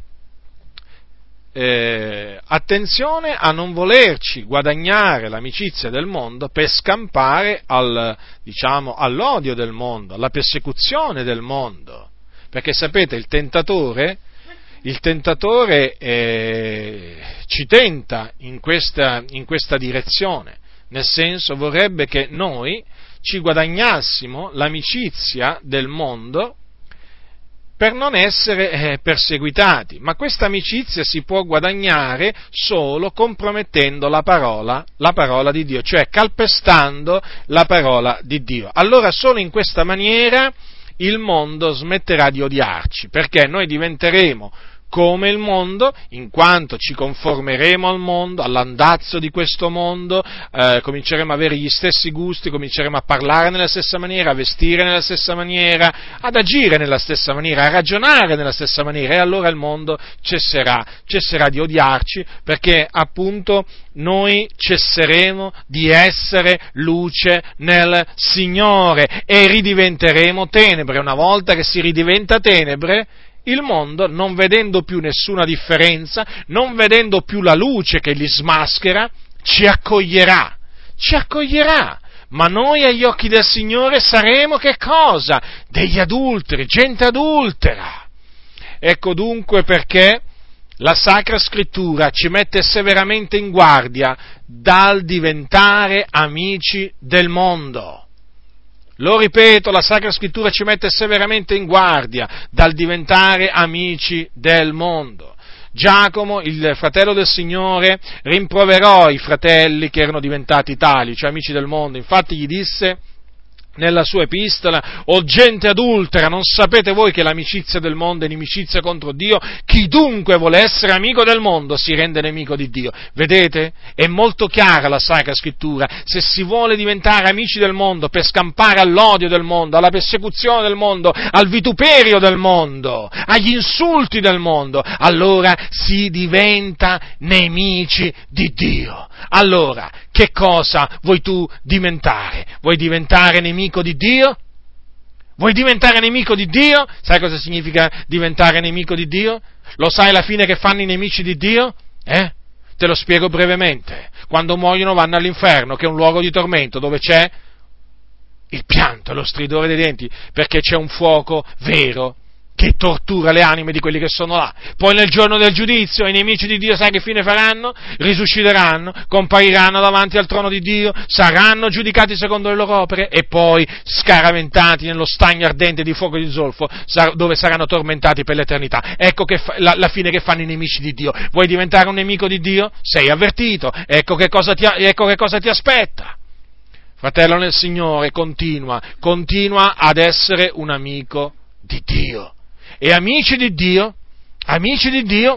Speaker 1: Eh, attenzione a non volerci guadagnare l'amicizia del mondo per scampare al, diciamo, all'odio del mondo, alla persecuzione del mondo. Perché sapete, il tentatore, il tentatore eh, ci tenta in questa, in questa direzione, nel senso vorrebbe che noi ci guadagnassimo l'amicizia del mondo per non essere eh, perseguitati, ma questa amicizia si può guadagnare solo compromettendo la parola, la parola di Dio, cioè calpestando la parola di Dio. Allora solo in questa maniera il mondo smetterà di odiarci, perché noi diventeremo come il mondo, in quanto ci conformeremo al mondo, all'andazzo di questo mondo, eh, cominceremo ad avere gli stessi gusti, cominceremo a parlare nella stessa maniera, a vestire nella stessa maniera, ad agire nella stessa maniera, a ragionare nella stessa maniera, e allora il mondo cesserà, cesserà di odiarci, perché appunto noi cesseremo di essere luce nel Signore e ridiventeremo tenebre. Una volta che si ridiventa tenebre, il mondo, non vedendo più nessuna differenza, non vedendo più la luce che li smaschera, ci accoglierà, ci accoglierà. Ma noi agli occhi del Signore saremo che cosa? Degli adulteri, gente adultera. Ecco dunque perché la Sacra Scrittura ci mette severamente in guardia dal diventare amici del mondo. Lo ripeto, la Sacra Scrittura ci mette severamente in guardia dal diventare amici del mondo. Giacomo, il fratello del Signore, rimproverò i fratelli che erano diventati tali, cioè amici del mondo. Infatti gli disse nella sua epistola: o gente adultera, non sapete voi che l'amicizia del mondo è inimicizia contro Dio? Chi dunque vuole essere amico del mondo si rende nemico di Dio. Vedete? È molto chiara la Sacra Scrittura. Se si vuole diventare amici del mondo per scampare all'odio del mondo, alla persecuzione del mondo, al vituperio del mondo, agli insulti del mondo, allora si diventa nemici di Dio. Allora, che cosa vuoi tu diventare? Vuoi diventare nemico di Dio? Vuoi diventare nemico di Dio? Sai cosa significa diventare nemico di Dio? Lo sai la fine che fanno i nemici di Dio? Eh? Te lo spiego brevemente. Quando muoiono vanno all'inferno, che è un luogo di tormento, dove c'è il pianto e lo stridore dei denti, perché c'è un fuoco vero che tortura le anime di quelli che sono là. Poi nel giorno del giudizio i nemici di Dio, sai che fine faranno? Risusciteranno, compariranno davanti al trono di Dio, saranno giudicati secondo le loro opere e poi scaraventati nello stagno ardente di fuoco e di zolfo, dove saranno tormentati per l'eternità. Ecco che fa, la, la fine che fanno i nemici di Dio. Vuoi diventare un nemico di Dio? Sei avvertito. Ecco che cosa ti, ecco che cosa ti aspetta. Fratello nel Signore, continua, continua ad essere un amico di Dio. E amici di Dio, amici di Dio,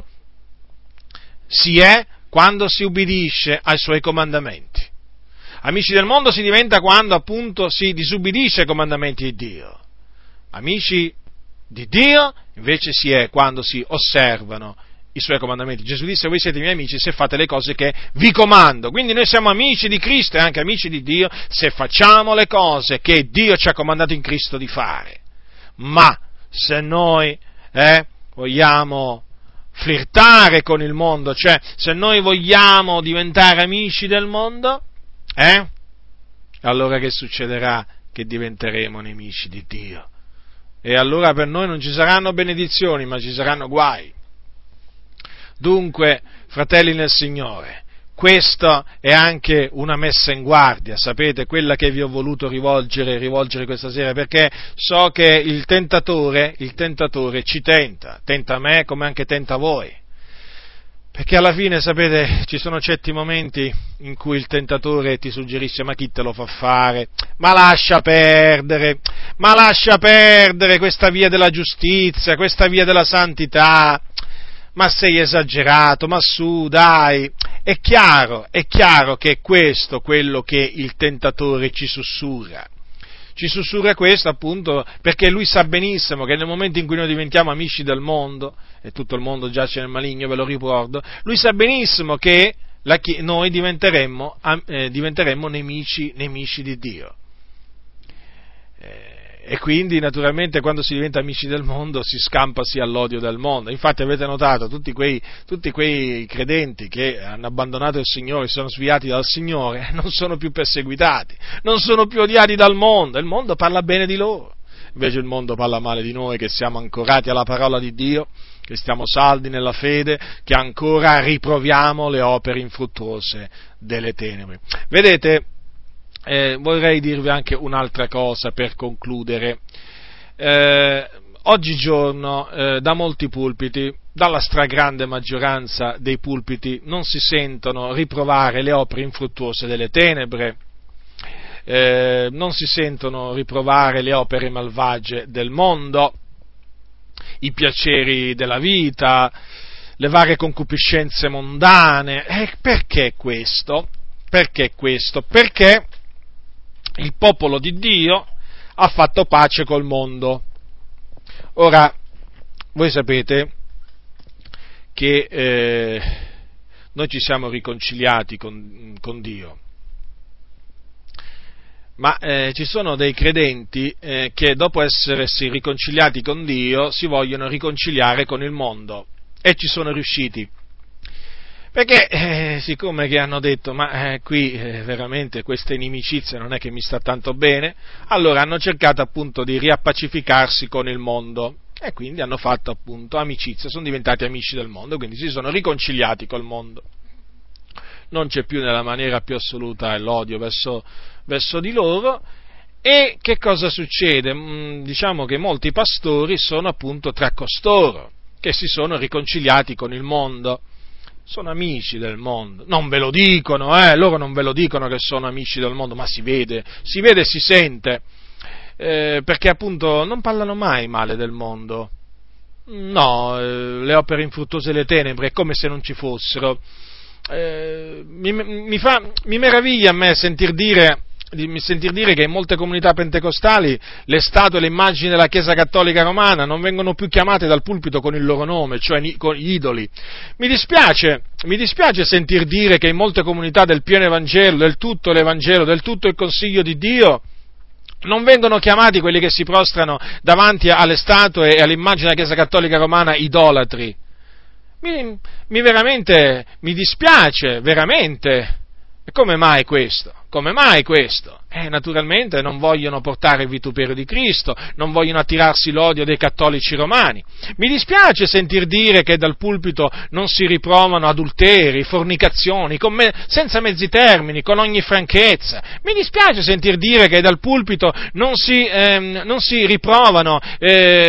Speaker 1: si è quando si ubbidisce ai Suoi comandamenti. Amici del mondo si diventa quando appunto si disubbidisce ai comandamenti di Dio. Amici di Dio invece si è quando si osservano i Suoi comandamenti. Gesù disse: voi siete miei amici se fate le cose che vi comando. Quindi noi siamo amici di Cristo e anche amici di Dio se facciamo le cose che Dio ci ha comandato in Cristo di fare. Ma se noi eh, vogliamo flirtare con il mondo, cioè se noi vogliamo diventare amici del mondo, eh, allora che succederà? Che diventeremo nemici di Dio. E allora per noi non ci saranno benedizioni, ma ci saranno guai. Dunque, fratelli nel Signore, questa è anche una messa in guardia, sapete, quella che vi ho voluto rivolgere, rivolgere questa sera, perché so che il tentatore, il tentatore ci tenta, tenta me come anche tenta voi, perché alla fine, sapete, ci sono certi momenti in cui il tentatore ti suggerisce: ma chi te lo fa fare? Ma lascia perdere, ma lascia perdere questa via della giustizia, questa via della santità. Ma sei esagerato, ma su, dai, è chiaro, è chiaro che è questo quello che il tentatore ci sussurra. Ci sussurra questo appunto perché lui sa benissimo che nel momento in cui noi diventiamo amici del mondo, e tutto il mondo giace nel maligno, ve lo ricordo, lui sa benissimo che la, noi diventeremmo, eh, diventeremmo nemici, nemici di Dio. Eh, E quindi, naturalmente, quando si diventa amici del mondo, si scampasi all'odio del mondo. Infatti, avete notato, tutti quei, tutti quei credenti che hanno abbandonato il Signore, si sono sviati dal Signore, non sono più perseguitati, non sono più odiati dal mondo. Il mondo parla bene di loro. Invece il mondo parla male di noi, che siamo ancorati alla parola di Dio, che stiamo saldi nella fede, che ancora riproviamo le opere infruttuose delle tenebre. Vedete, Eh, vorrei dirvi anche un'altra cosa per concludere. Eh, oggigiorno eh, da molti pulpiti, dalla stragrande maggioranza dei pulpiti, non si sentono riprovare le opere infruttuose delle tenebre, eh, non si sentono riprovare le opere malvagie del mondo, i piaceri della vita, le varie concupiscenze mondane. E perché questo? Perché questo? Perché il popolo di Dio ha fatto pace col mondo. Ora, voi sapete che eh, noi ci siamo riconciliati con, con Dio, ma eh, ci sono dei credenti eh, che dopo essersi riconciliati con Dio si vogliono riconciliare con il mondo, e ci sono riusciti. Perché, eh, siccome che hanno detto, ma eh, qui eh, veramente questa inimicizia non è che mi sta tanto bene, allora hanno cercato appunto di riappacificarsi con il mondo, e quindi hanno fatto appunto amicizia, sono diventati amici del mondo, quindi si sono riconciliati col mondo. Non c'è più nella maniera più assoluta l'odio verso, verso di loro. E che cosa succede? Mm, diciamo che molti pastori sono appunto tra costoro, che si sono riconciliati con il mondo. Sono amici del mondo, non ve lo dicono, eh, loro non ve lo dicono che sono amici del mondo, ma si vede, si vede e si sente, eh, perché appunto non parlano mai male del mondo. No, eh, le opere infruttuose delle tenebre è come se non ci fossero. Eh, mi, mi, fa, mi meraviglia a me sentir dire, di sentir dire che in molte comunità pentecostali le statue e le immagini della Chiesa Cattolica Romana non vengono più chiamate dal pulpito con il loro nome, cioè con gli idoli. Mi dispiace, mi dispiace sentir dire che in molte comunità del pieno Evangelo, del tutto l'Evangelo, del tutto il consiglio di Dio, non vengono chiamati quelli che si prostrano davanti alle statue e all'immagine della Chiesa Cattolica Romana idolatri. Mi, mi veramente, mi dispiace, veramente. E come mai questo? Come mai questo? Eh, naturalmente non vogliono portare il vituperio di Cristo, non vogliono attirarsi l'odio dei cattolici romani. Mi dispiace sentir dire che dal pulpito non si riprovano adulteri, fornicazioni, con me, senza mezzi termini, con ogni franchezza. Mi dispiace sentir dire che dal pulpito non si, ehm, non si riprovano eh,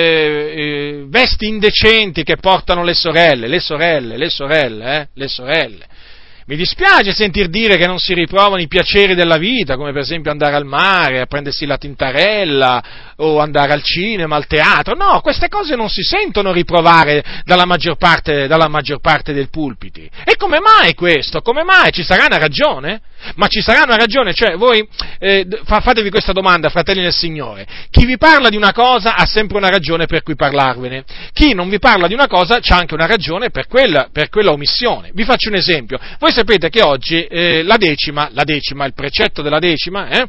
Speaker 1: eh, vesti indecenti che portano le sorelle, le sorelle, le sorelle, eh, le sorelle. Mi dispiace sentir dire che non si riprovano i piaceri della vita, come per esempio andare al mare, a prendersi la tintarella, o andare al cinema, al teatro. No, queste cose non si sentono riprovare dalla maggior parte, dalla maggior parte dei pulpiti. E come mai questo? Come mai? Ci sarà una ragione? Ma ci sarà una ragione? Cioè, voi eh, fatevi questa domanda, fratelli del Signore. Chi vi parla di una cosa ha sempre una ragione per cui parlarvene. Chi non vi parla di una cosa c'ha anche una ragione per quella, per quella omissione. Vi faccio un esempio. Voi sapete che oggi eh, la decima, la decima, il precetto della decima, eh,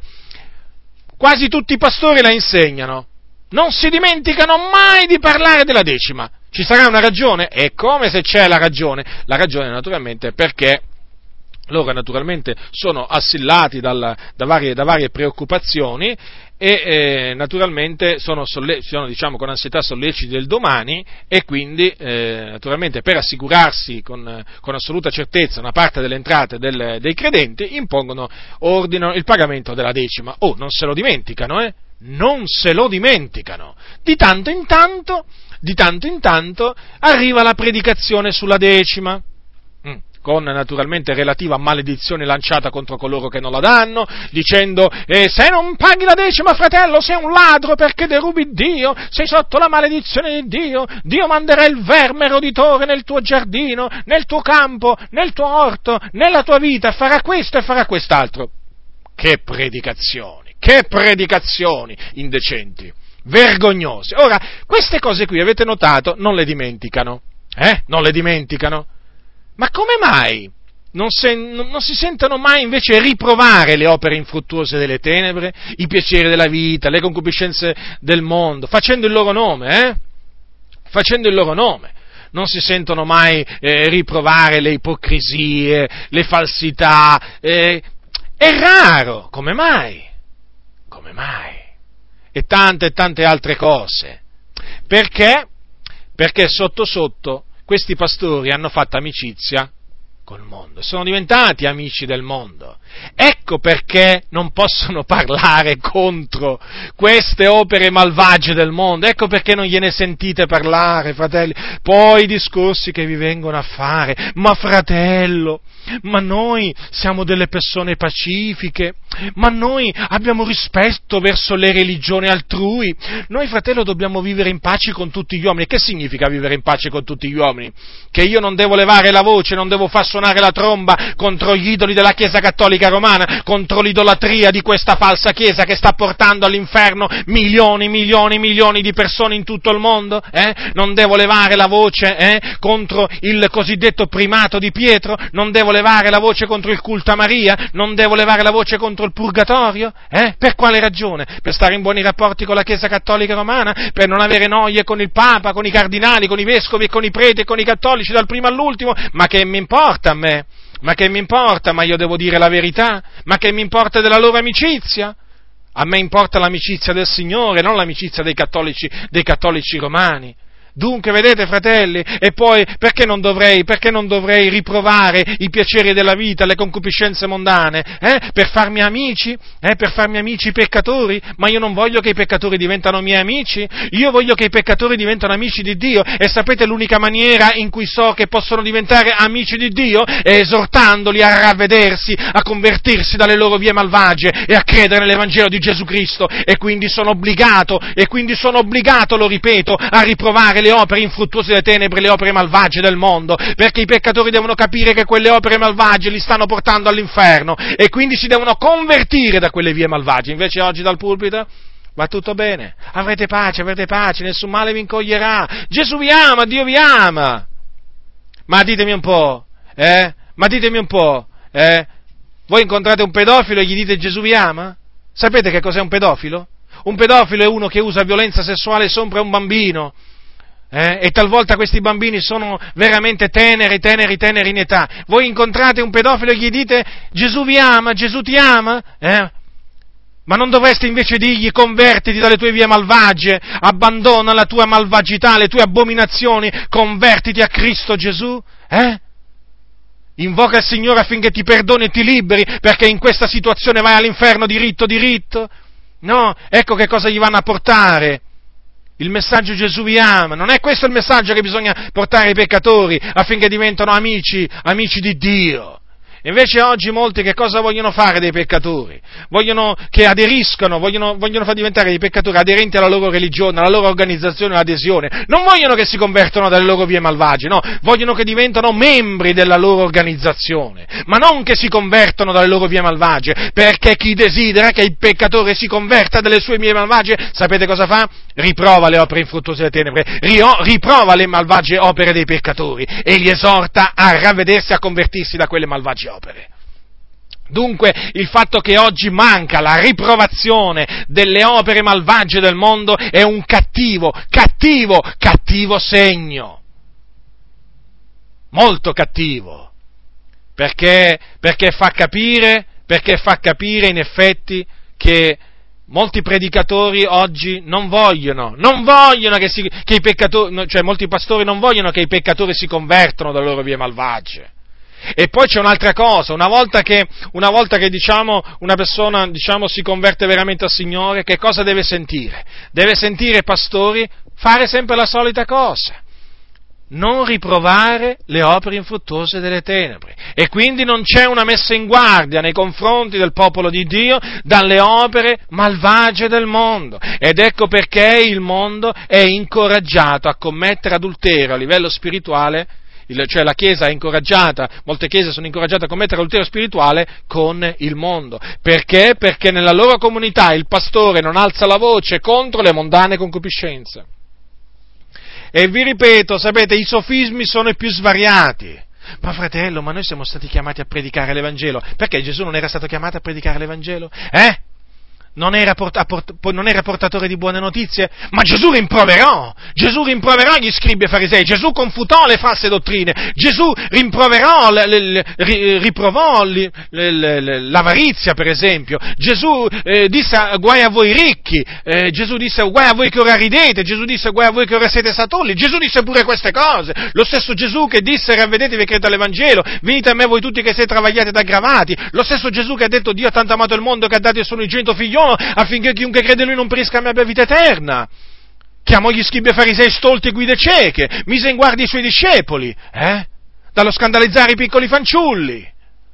Speaker 1: quasi tutti i pastori la insegnano. Non si dimenticano mai di parlare della decima. Ci sarà una ragione? È come se c'è la ragione. La ragione naturalmente è perché loro naturalmente sono assillati dal, da, varie, da varie preoccupazioni e eh, naturalmente sono, solle, sono diciamo, con ansietà solleciti del domani e quindi eh, naturalmente per assicurarsi con, con assoluta certezza una parte delle entrate del, dei credenti impongono, ordinano il pagamento della decima. Oh, non se lo dimenticano, eh? Non se lo dimenticano. Di tanto in tanto, di tanto in tanto arriva la predicazione sulla decima. Mm. Con naturalmente relativa maledizione lanciata contro coloro che non la danno, dicendo eh, se non paghi la decima, fratello, sei un ladro perché derubi Dio, sei sotto la maledizione di Dio, Dio manderà il verme roditore nel tuo giardino, nel tuo campo, nel tuo orto, nella tua vita, farà questo e farà quest'altro. Che predicazioni, che predicazioni indecenti, vergognose. Ora, queste cose qui, avete notato, non le dimenticano, eh? Non le dimenticano. Ma come mai non, se, non si sentono mai invece riprovare le opere infruttuose delle tenebre, i piaceri della vita, le concupiscenze del mondo, facendo il loro nome, eh? Facendo il loro nome. Non si sentono mai eh, riprovare le ipocrisie, le falsità. Eh, è raro. Come mai? Come mai? E tante e tante altre cose. Perché? Perché sotto sotto questi pastori hanno fatto amicizia col mondo, sono diventati amici del mondo. Ecco perché non possono parlare contro queste opere malvagie del mondo, ecco perché non gliene sentite parlare, fratelli. Poi i discorsi che vi vengono a fare, ma fratello, ma noi siamo delle persone pacifiche, ma noi abbiamo rispetto verso le religioni altrui, noi, fratello, dobbiamo vivere in pace con tutti gli uomini. Che significa vivere in pace con tutti gli uomini? Che io non devo levare la voce, non devo far suonare la tromba contro gli idoli della Chiesa Cattolica Romana, contro l'idolatria di questa falsa Chiesa che sta portando all'inferno milioni, milioni, milioni di persone in tutto il mondo? Eh? Non devo levare la voce eh? contro il cosiddetto primato di Pietro? Non devo levare la voce contro il culto a Maria? Non devo levare la voce contro il purgatorio? Eh? Per quale ragione? Per stare in buoni rapporti con la Chiesa Cattolica Romana? Per non avere noie con il Papa, con i cardinali, con i vescovi e con i preti e con i cattolici dal primo all'ultimo? Ma che mi importa a me? Ma che mi importa? Ma io devo dire la verità? Ma che mi importa della loro amicizia? A me importa l'amicizia del Signore, non l'amicizia dei cattolici, dei cattolici romani. Dunque, vedete, fratelli, e poi perché non dovrei, perché non dovrei riprovare i piaceri della vita, le concupiscenze mondane, eh? Per farmi amici, eh? Per farmi amici i peccatori? Ma io non voglio che i peccatori diventano miei amici, io voglio che i peccatori diventano amici di Dio, e sapete l'unica maniera in cui so che possono diventare amici di Dio? È esortandoli a ravvedersi, a convertirsi dalle loro vie malvagie e a credere nell'Evangelo di Gesù Cristo, e quindi sono obbligato, e quindi sono obbligato, lo ripeto, a riprovare le opere infruttuose delle tenebre, le opere malvagie del mondo, perché i peccatori devono capire che quelle opere malvagie li stanno portando all'inferno e quindi si devono convertire da quelle vie malvagie. Invece oggi dal pulpito va tutto bene, avrete pace, avrete pace, nessun male vi incoglierà, Gesù vi ama, Dio vi ama. Ma ditemi un po', eh? Ma ditemi un po', eh? Voi incontrate un pedofilo e gli dite Gesù vi ama? Sapete che cos'è un pedofilo? Un pedofilo è uno che usa violenza sessuale sopra un bambino. Eh? E talvolta questi bambini sono veramente teneri, teneri, teneri in età. Voi incontrate un pedofilo e gli dite Gesù vi ama, Gesù ti ama? Eh? Ma non dovreste invece dirgli convertiti dalle tue vie malvagie, abbandona la tua malvagità, le tue abominazioni, convertiti a Cristo Gesù? Eh? Invoca il Signore affinché ti perdoni e ti liberi, perché in questa situazione vai all'inferno diritto diritto? No, ecco che cosa gli vanno a portare. Il messaggio Gesù vi ama, non è questo il messaggio che bisogna portare ai peccatori affinché diventino amici, amici di Dio. Invece oggi molti che cosa vogliono fare dei peccatori? Vogliono che aderiscano, vogliono, vogliono far diventare dei peccatori aderenti alla loro religione, alla loro organizzazione, all'adesione. Non vogliono che si convertano dalle loro vie malvagie, no, vogliono che diventano membri della loro organizzazione, ma non che si convertano dalle loro vie malvagie, perché chi desidera che il peccatore si converta dalle sue vie malvagie, sapete cosa fa? Riprova le opere infruttuose delle tenebre, riprova le malvagie opere dei peccatori e li esorta a ravvedersi, a convertirsi da quelle malvagie opere. Dunque, il fatto che oggi manca la riprovazione delle opere malvagie del mondo è un cattivo, cattivo, cattivo segno. Molto cattivo. Perché, perché fa capire, perché fa capire in effetti che molti predicatori oggi non vogliono, non vogliono che, si, che i peccatori, cioè molti pastori non vogliono che i peccatori si convertano dalle loro vie malvagie. E poi c'è un'altra cosa, una volta che, una volta che diciamo, una persona diciamo, si converte veramente al Signore, che cosa deve sentire? Deve sentire, pastori, fare sempre la solita cosa, non riprovare le opere infruttuose delle tenebre. E quindi non c'è una messa in guardia nei confronti del popolo di Dio dalle opere malvagie del mondo. Ed ecco perché il mondo è incoraggiato a commettere adulterio a livello spirituale. Il, cioè la Chiesa è incoraggiata, molte chiese sono incoraggiate a commettere adulterio spirituale con il mondo. Perché? Perché nella loro comunità il pastore non alza la voce contro le mondane concupiscenze. E vi ripeto, sapete, i sofismi sono i più svariati. Ma fratello, ma noi siamo stati chiamati a predicare l'Evangelo. Perché Gesù non era stato chiamato a predicare l'Evangelo? Eh? Non era, port- port- non era portatore di buone notizie? Ma Gesù rimproverò, Gesù rimproverò gli scribi e farisei, Gesù confutò le false dottrine, Gesù rimproverò, le, le, le, riprovò le, le, le, l'avarizia per esempio, Gesù eh, disse guai a voi ricchi, eh, Gesù disse guai a voi che ora ridete, Gesù disse guai a voi che ora siete satolli, Gesù disse pure queste cose, lo stesso Gesù che disse ravvedetevi e credete all'Evangelo, venite a me voi tutti che siete travagliati ed aggravati, lo stesso Gesù che ha detto Dio ha tanto amato il mondo che ha dato il suo unigenito figliolo affinché chiunque crede in lui non perisca ma abbia vita eterna. Chiamò gli scribi e farisei stolti e guide cieche, mise in guardia i suoi discepoli, eh? dallo scandalizzare i piccoli fanciulli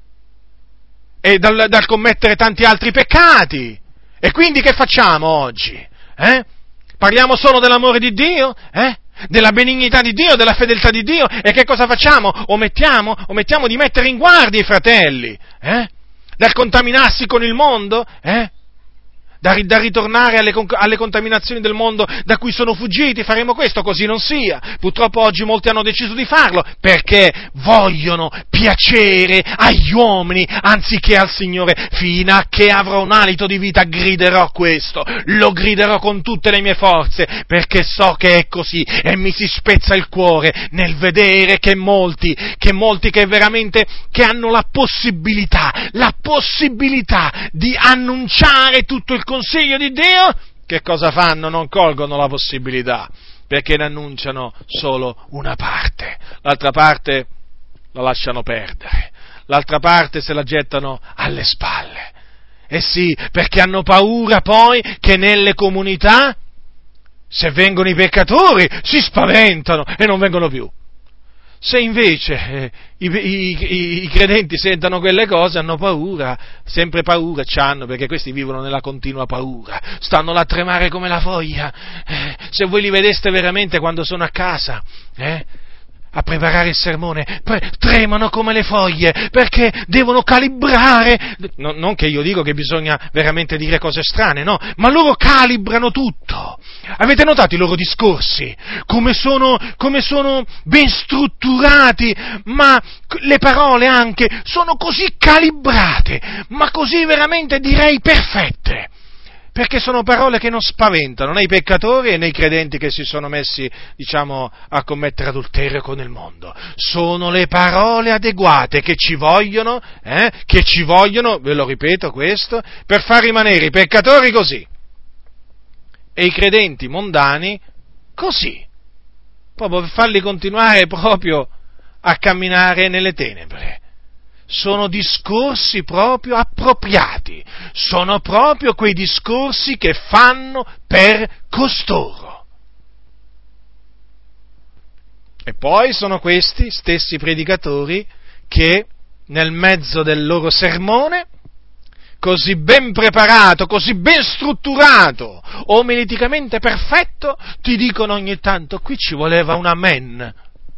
Speaker 1: e dal, dal commettere tanti altri peccati. E quindi che facciamo oggi? Eh? Parliamo solo dell'amore di Dio? Eh? Della benignità di Dio, della fedeltà di Dio? E che cosa facciamo? Omettiamo, omettiamo di mettere in guardia i fratelli, eh? dal contaminarsi con il mondo? Eh? Da, da ritornare alle, alle contaminazioni del mondo da cui sono fuggiti, faremo questo, così non sia. Purtroppo oggi molti hanno deciso di farlo, perché vogliono piacere agli uomini anziché al Signore. Fino a che avrò un alito di vita griderò questo, lo griderò con tutte le mie forze, perché so che è così e mi si spezza il cuore nel vedere che molti, che molti che veramente, che hanno la possibilità, la possibilità di annunciare tutto il consiglio di Dio, che cosa fanno? Non colgono la possibilità, perché ne annunciano solo una parte, l'altra parte la lasciano perdere, l'altra parte se la gettano alle spalle. Eh sì, perché hanno paura poi che nelle comunità, se vengono i peccatori, si spaventano e non vengono più. Se invece eh, i, i, i credenti sentono quelle cose, hanno paura, sempre paura c'hanno, perché questi vivono nella continua paura, stanno là a tremare come la foglia. Eh, se voi li vedeste veramente quando sono a casa, eh, a preparare il sermone, pre- tremano come le foglie, perché devono calibrare, no, non che io dico che bisogna veramente dire cose strane, no, ma loro calibrano tutto. Avete notato i loro discorsi? Come sono, come sono ben strutturati, ma le parole anche sono così calibrate, ma così veramente direi perfette. Perché sono parole che non spaventano né i peccatori e né i credenti che si sono messi, diciamo, a commettere adulterio con il mondo. Sono le parole adeguate che ci vogliono, eh, che ci vogliono, ve lo ripeto questo, per far rimanere i peccatori così e i credenti mondani così, proprio per farli continuare proprio a camminare nelle tenebre. Sono discorsi proprio appropriati, sono proprio quei discorsi che fanno per costoro. E poi sono questi stessi predicatori che nel mezzo del loro sermone, così ben preparato, così ben strutturato, omileticamente perfetto, ti dicono ogni tanto: qui ci voleva un amen.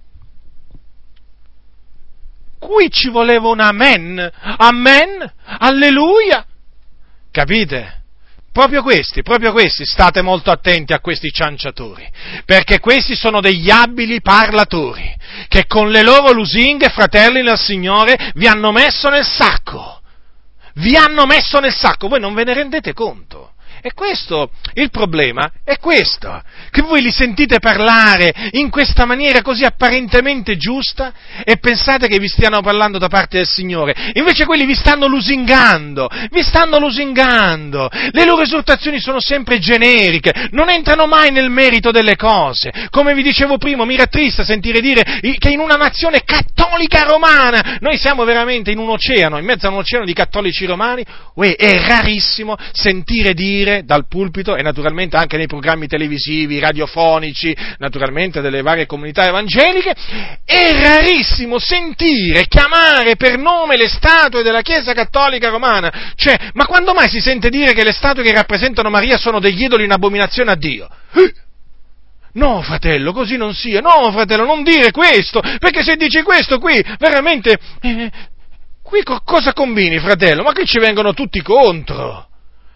Speaker 1: Qui ci voleva un amen, amen, alleluia, capite? Proprio questi, proprio questi, state molto attenti a questi cianciatori, perché questi sono degli abili parlatori, che con le loro lusinghe, fratelli nel Signore, vi hanno messo nel sacco, vi hanno messo nel sacco, voi non ve ne rendete conto. E questo, il problema è questo, che voi li sentite parlare in questa maniera così apparentemente giusta e pensate che vi stiano parlando da parte del Signore, invece quelli vi stanno lusingando, vi stanno lusingando, le loro esortazioni sono sempre generiche, non entrano mai nel merito delle cose, come vi dicevo prima, mi rattrista sentire dire che in una nazione cattolica romana, noi siamo veramente in un oceano, in mezzo a un oceano di cattolici romani, uè, è rarissimo sentire dire dal pulpito e naturalmente anche nei programmi televisivi, radiofonici, naturalmente delle varie comunità evangeliche, è rarissimo sentire chiamare per nome le statue della Chiesa Cattolica Romana. Cioè, ma quando mai si sente dire che le statue che rappresentano Maria sono degli idoli in abominazione a Dio? No, fratello, così non sia. No, fratello, non dire questo, perché se dici questo qui, veramente, eh, qui co- cosa combini, fratello? Ma qui ci vengono tutti contro.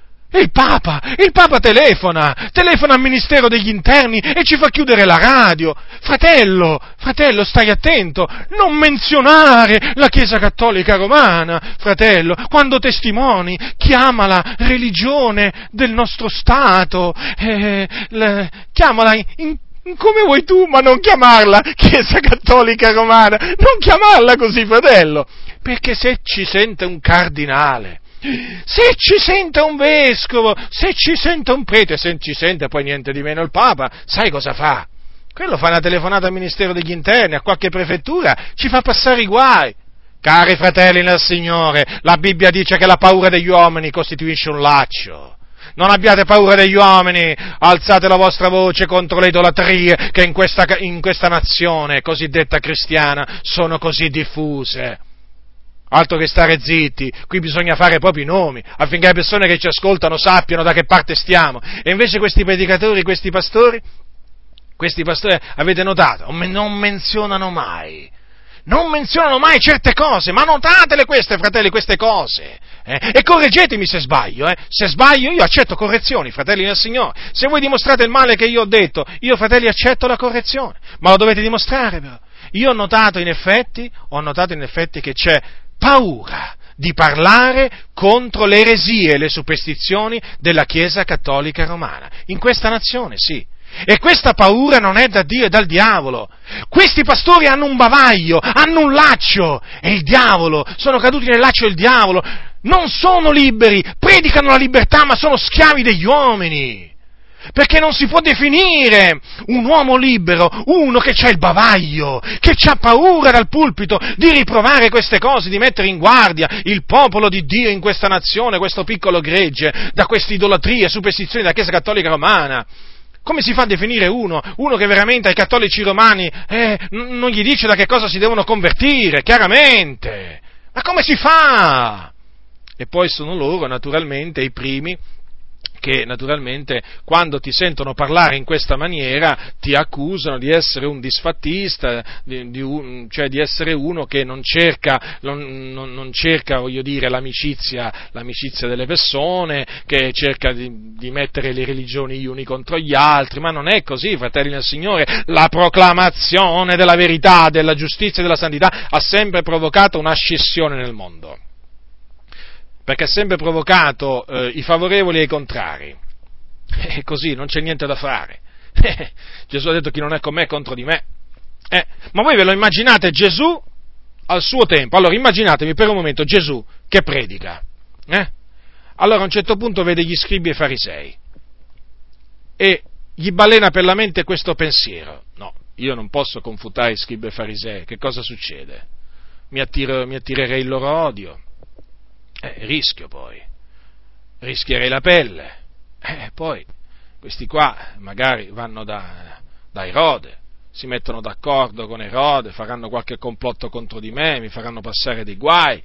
Speaker 1: Il Papa, il Papa telefona, telefona al Ministero degli Interni e ci fa chiudere la radio. Fratello, fratello, stai attento, non menzionare la Chiesa Cattolica Romana, fratello, quando testimoni, chiama la religione del nostro Stato, eh, le, chiamala in, in come vuoi tu, ma non chiamarla Chiesa Cattolica Romana, non chiamarla così, fratello, perché se ci sente un cardinale, se ci sente un vescovo, se ci sente un prete, se ci sente poi niente di meno il Papa, sai cosa fa? Quello fa una telefonata al Ministero degli Interni, a qualche prefettura, ci fa passare i guai. Cari fratelli nel Signore, la Bibbia dice che la paura degli uomini costituisce un laccio. Non abbiate paura degli uomini, alzate la vostra voce contro le idolatrie che in questa, in questa nazione cosiddetta cristiana sono così diffuse. Altro che stare zitti, qui bisogna fare proprio i nomi, affinché le persone che ci ascoltano sappiano da che parte stiamo. E invece questi predicatori, questi pastori, questi pastori, avete notato, non menzionano mai, non menzionano mai certe cose, ma notatele queste, fratelli, queste cose. Eh? E correggetemi se sbaglio, eh? Se sbaglio io accetto correzioni, fratelli del Signore. Se voi dimostrate il male che io ho detto, io, fratelli, accetto la correzione, ma lo dovete dimostrare però. Io ho notato in effetti, ho notato in effetti che c'è paura di parlare contro le eresie e le superstizioni della Chiesa Cattolica Romana. In questa nazione, sì. E questa paura non è da Dio, è dal diavolo. Questi pastori hanno un bavaglio, hanno un laccio, e il diavolo, sono caduti nel laccio del diavolo. Non sono liberi, predicano la libertà, ma sono schiavi degli uomini. Perché non si può definire un uomo libero uno che c'ha il bavaglio, che c'ha paura dal pulpito di riprovare queste cose, di mettere in guardia il popolo di Dio in questa nazione, questo piccolo gregge, da queste idolatrie, superstizioni della Chiesa Cattolica Romana. Come si fa a definire uno? Uno che veramente ai cattolici romani eh, non gli dice da che cosa si devono convertire, chiaramente. Ma come si fa? E poi sono loro, naturalmente, i primi che naturalmente quando ti sentono parlare in questa maniera ti accusano di essere un disfattista, di, di un, cioè di essere uno che non cerca, non, non, non cerca, voglio dire, l'amicizia, l'amicizia delle persone, che cerca di, di mettere le religioni gli uni contro gli altri, ma non è così, fratelli del Signore. La proclamazione della verità, della giustizia e della santità ha sempre provocato una scissione nel mondo. perché ha sempre provocato eh, i favorevoli e i contrari. E così non c'è niente da fare. Gesù ha detto: chi non è con me è contro di me. Eh, ma voi ve lo immaginate Gesù al suo tempo? Allora immaginatevi per un momento Gesù che predica. Eh? Allora a un certo punto vede gli scribi e i farisei e gli balena per la mente questo pensiero: no, io non posso confutare i scribi e i farisei, che cosa succede? Mi, attiro, mi attirerei il loro odio, eh, rischio poi, rischierei la pelle, eh, poi questi qua magari vanno da, da Erode, si mettono d'accordo con Erode, faranno qualche complotto contro di me, mi faranno passare dei guai.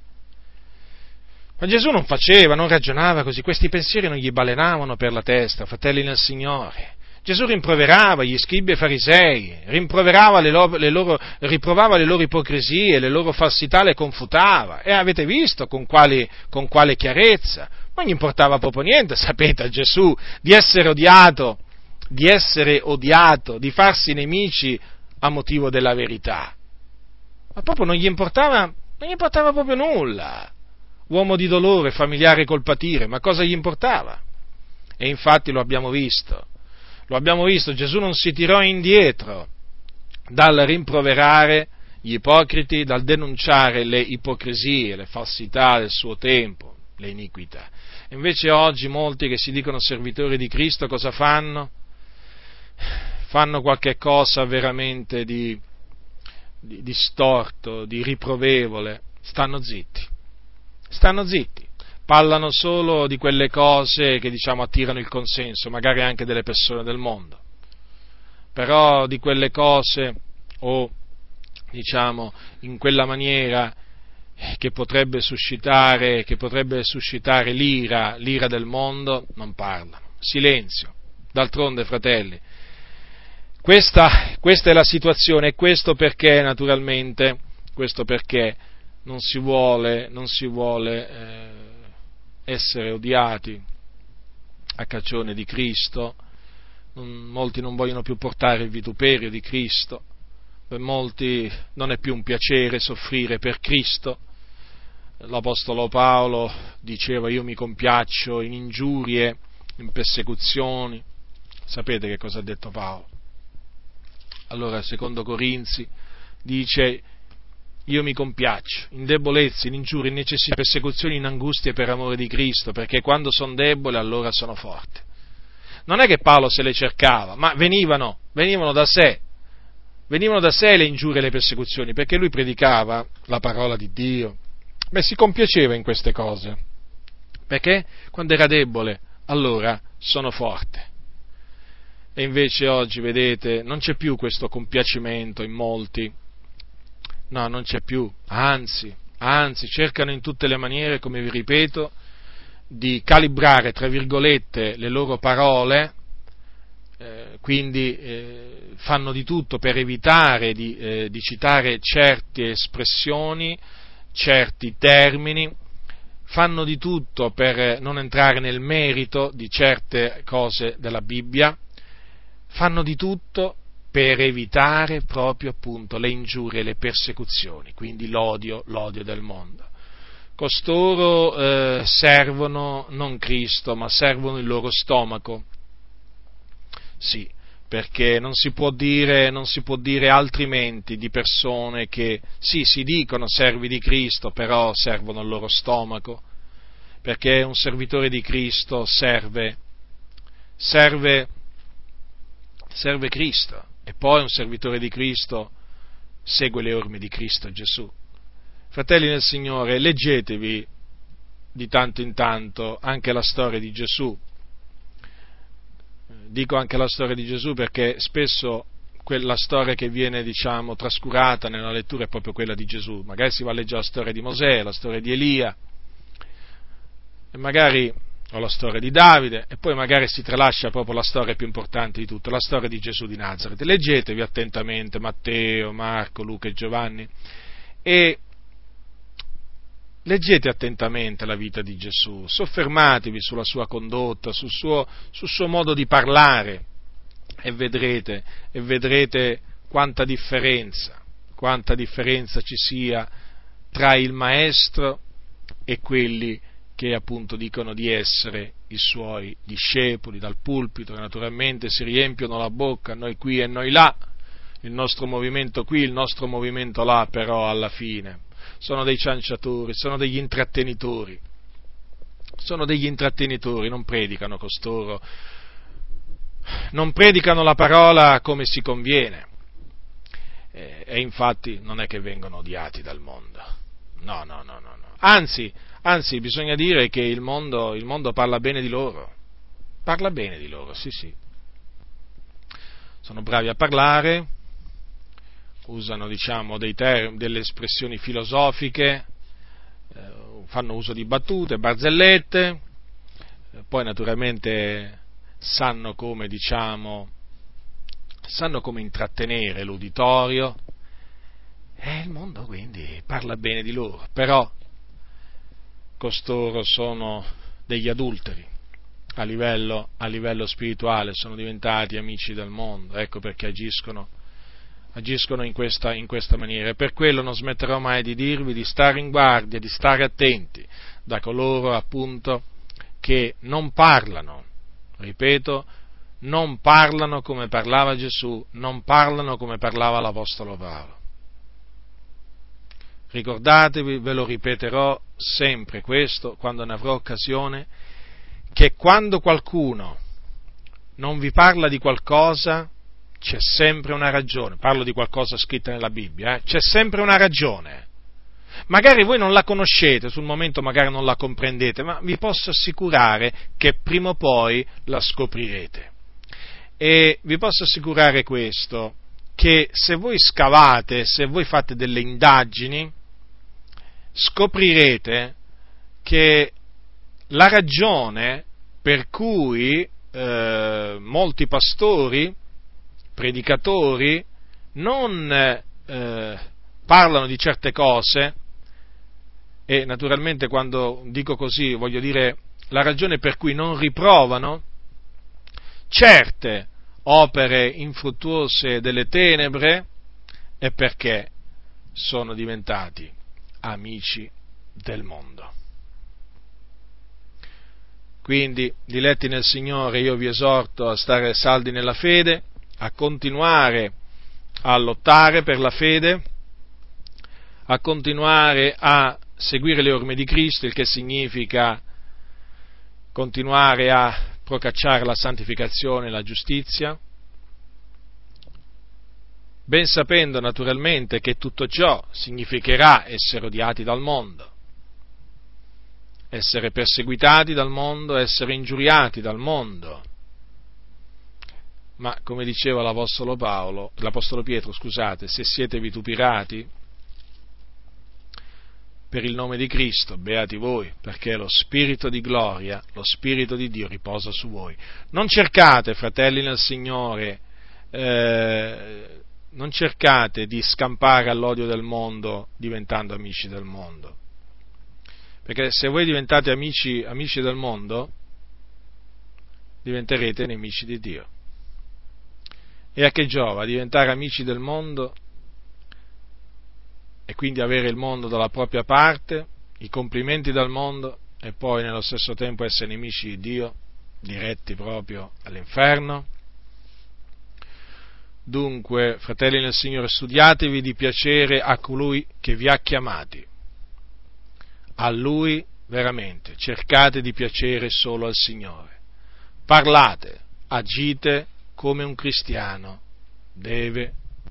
Speaker 1: Ma Gesù non faceva, non ragionava così, questi pensieri non gli balenavano per la testa, fratelli nel Signore. Gesù rimproverava gli scribi e farisei, rimproverava le loro, le loro, riprovava le loro ipocrisie, le loro falsità, le confutava. E avete visto con, quali, con quale chiarezza? Non gli importava proprio niente, sapete, a Gesù, di essere odiato, di essere odiato, di farsi nemici a motivo della verità. Ma proprio non gli importava, non gli importava proprio nulla. Uomo di dolore, familiare col patire, ma cosa gli importava? E infatti lo abbiamo visto. Lo abbiamo visto, Gesù non si tirò indietro dal rimproverare gli ipocriti, dal denunciare le ipocrisie, le falsità del suo tempo, le iniquità. Invece oggi molti che si dicono servitori di Cristo cosa fanno? Fanno qualche cosa veramente di, di, di storto, di riprovevole, stanno zitti, stanno zitti. Parlano solo di quelle cose che, diciamo, attirano il consenso, magari anche delle persone del mondo, però di quelle cose, o diciamo in quella maniera che potrebbe suscitare, che potrebbe suscitare l'ira, l'ira del mondo, non parlano. Silenzio. D'altronde, fratelli, questa, questa è la situazione, e questo perché, naturalmente, questo perché non si vuole, non si vuole eh, essere odiati a cagione di Cristo. Non, molti non vogliono più portare il vituperio di Cristo, per molti non è più un piacere soffrire per Cristo. L'Apostolo Paolo diceva: io mi compiaccio in ingiurie, in persecuzioni. Sapete che cosa ha detto Paolo? Allora, secondo Corinzi, dice: io mi compiaccio in debolezze, in ingiurie, in necessità, in persecuzioni, in angustie per amore di Cristo, perché quando sono debole allora sono forte. Non è che Paolo se le cercava, ma venivano, venivano da sé, venivano da sé le ingiurie e le persecuzioni, perché lui predicava la parola di Dio. Beh, si compiaceva in queste cose, perché quando era debole allora sono forte. E invece oggi, vedete, non c'è più questo compiacimento in molti. No, non c'è più, anzi, anzi, cercano in tutte le maniere, come vi ripeto, di calibrare, tra virgolette, le loro parole, eh, quindi eh, fanno di tutto per evitare di, eh, di citare certe espressioni, certi termini, fanno di tutto per non entrare nel merito di certe cose della Bibbia, fanno di tutto per evitare proprio appunto le ingiurie e le persecuzioni, quindi l'odio, l'odio del mondo. Costoro eh, servono non Cristo, ma servono il loro stomaco. Sì, perché non si può dire, non si può dire altrimenti di persone che sì, si dicono servi di Cristo, però servono il loro stomaco, perché un servitore di Cristo serve, serve, serve Cristo. E poi un servitore di Cristo segue le orme di Cristo Gesù. Fratelli nel Signore, leggetevi di tanto in tanto anche la storia di Gesù. Dico anche la storia di Gesù perché spesso quella storia che viene, diciamo, trascurata nella lettura è proprio quella di Gesù. Magari si va a leggere la storia di Mosè, la storia di Elia, e magari o la storia di Davide, e poi magari si tralascia proprio la storia più importante di tutto, la storia di Gesù di Nazaret. Leggetevi attentamente Matteo, Marco, Luca e Giovanni e leggete attentamente la vita di Gesù, soffermatevi sulla sua condotta, sul suo, sul suo modo di parlare e vedrete, e vedrete quanta differenza, quanta differenza ci sia tra il maestro e quelli che che appunto dicono di essere i suoi discepoli dal pulpito, che naturalmente si riempiono la bocca, noi qui e noi là, il nostro movimento qui, il nostro movimento là, però alla fine sono dei cianciatori, sono degli intrattenitori, sono degli intrattenitori, non predicano costoro, non predicano la parola come si conviene, e, e infatti non è che vengono odiati dal mondo, no, no, no, no, no. Anzi, anzi, bisogna dire che il mondo, il mondo parla bene di loro, parla bene di loro, sì, sì, sono bravi a parlare, usano, diciamo, dei termini, delle espressioni filosofiche, eh, fanno uso di battute, barzellette, eh, poi naturalmente sanno come, diciamo, sanno come intrattenere l'uditorio, e il mondo quindi parla bene di loro, però costoro sono degli adulteri a livello, a livello spirituale, sono diventati amici del mondo, ecco perché agiscono agiscono in questa, in questa maniera, e per quello non smetterò mai di dirvi di stare in guardia, di stare attenti da coloro appunto che non parlano, ripeto, non parlano come parlava Gesù, non parlano come parlava l'Apostolo Paolo. Ricordatevi, ve lo ripeterò sempre questo quando ne avrò occasione, che quando qualcuno non vi parla di qualcosa, c'è sempre una ragione, parlo di qualcosa scritto nella Bibbia, eh? C'è sempre una ragione. Magari voi non la conoscete, sul momento magari non la comprendete, ma vi posso assicurare che prima o poi la scoprirete. E vi posso assicurare questo, che se voi scavate, se voi fate delle indagini, scoprirete che la ragione per cui eh, molti pastori, predicatori, non eh, parlano di certe cose, e naturalmente quando dico così voglio dire la ragione per cui non riprovano certe opere infruttuose delle tenebre, è perché sono diventati amici del mondo. Quindi, diletti nel Signore, io vi esorto a stare saldi nella fede, a continuare a lottare per la fede, a continuare a seguire le orme di Cristo, il che significa continuare a procacciare la santificazione e la giustizia, ben sapendo naturalmente che tutto ciò significherà essere odiati dal mondo, essere perseguitati dal mondo, essere ingiuriati dal mondo. Ma come diceva l'Apostolo Paolo, l'Apostolo Pietro, scusate, se siete vitupirati per il nome di Cristo, beati voi, perché lo Spirito di gloria, lo Spirito di Dio riposa su voi. Non cercate, fratelli nel Signore, eh, non cercate di scampare all'odio del mondo diventando amici del mondo, perché se voi diventate amici, amici del mondo, diventerete nemici di Dio. E a che giova diventare amici del mondo e quindi avere il mondo dalla propria parte, i complimenti dal mondo, e poi nello stesso tempo essere nemici di Dio, diretti proprio all'inferno? Dunque, fratelli nel Signore, studiatevi di piacere a colui che vi ha chiamati, a Lui veramente, cercate di piacere solo al Signore, parlate, agite come un cristiano deve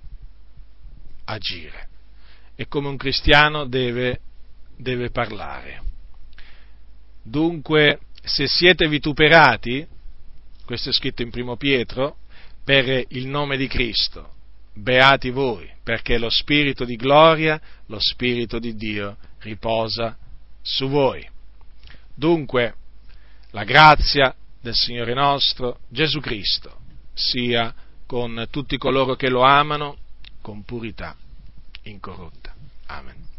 Speaker 1: agire e come un cristiano deve, deve parlare. Dunque, se siete vituperati, questo è scritto in Primo Pietro, per il nome di Cristo, beati voi, perché lo Spirito di gloria, lo Spirito di Dio riposa su voi. Dunque, la grazia del Signore nostro Gesù Cristo sia con tutti coloro che lo amano con purità incorrotta. Amen.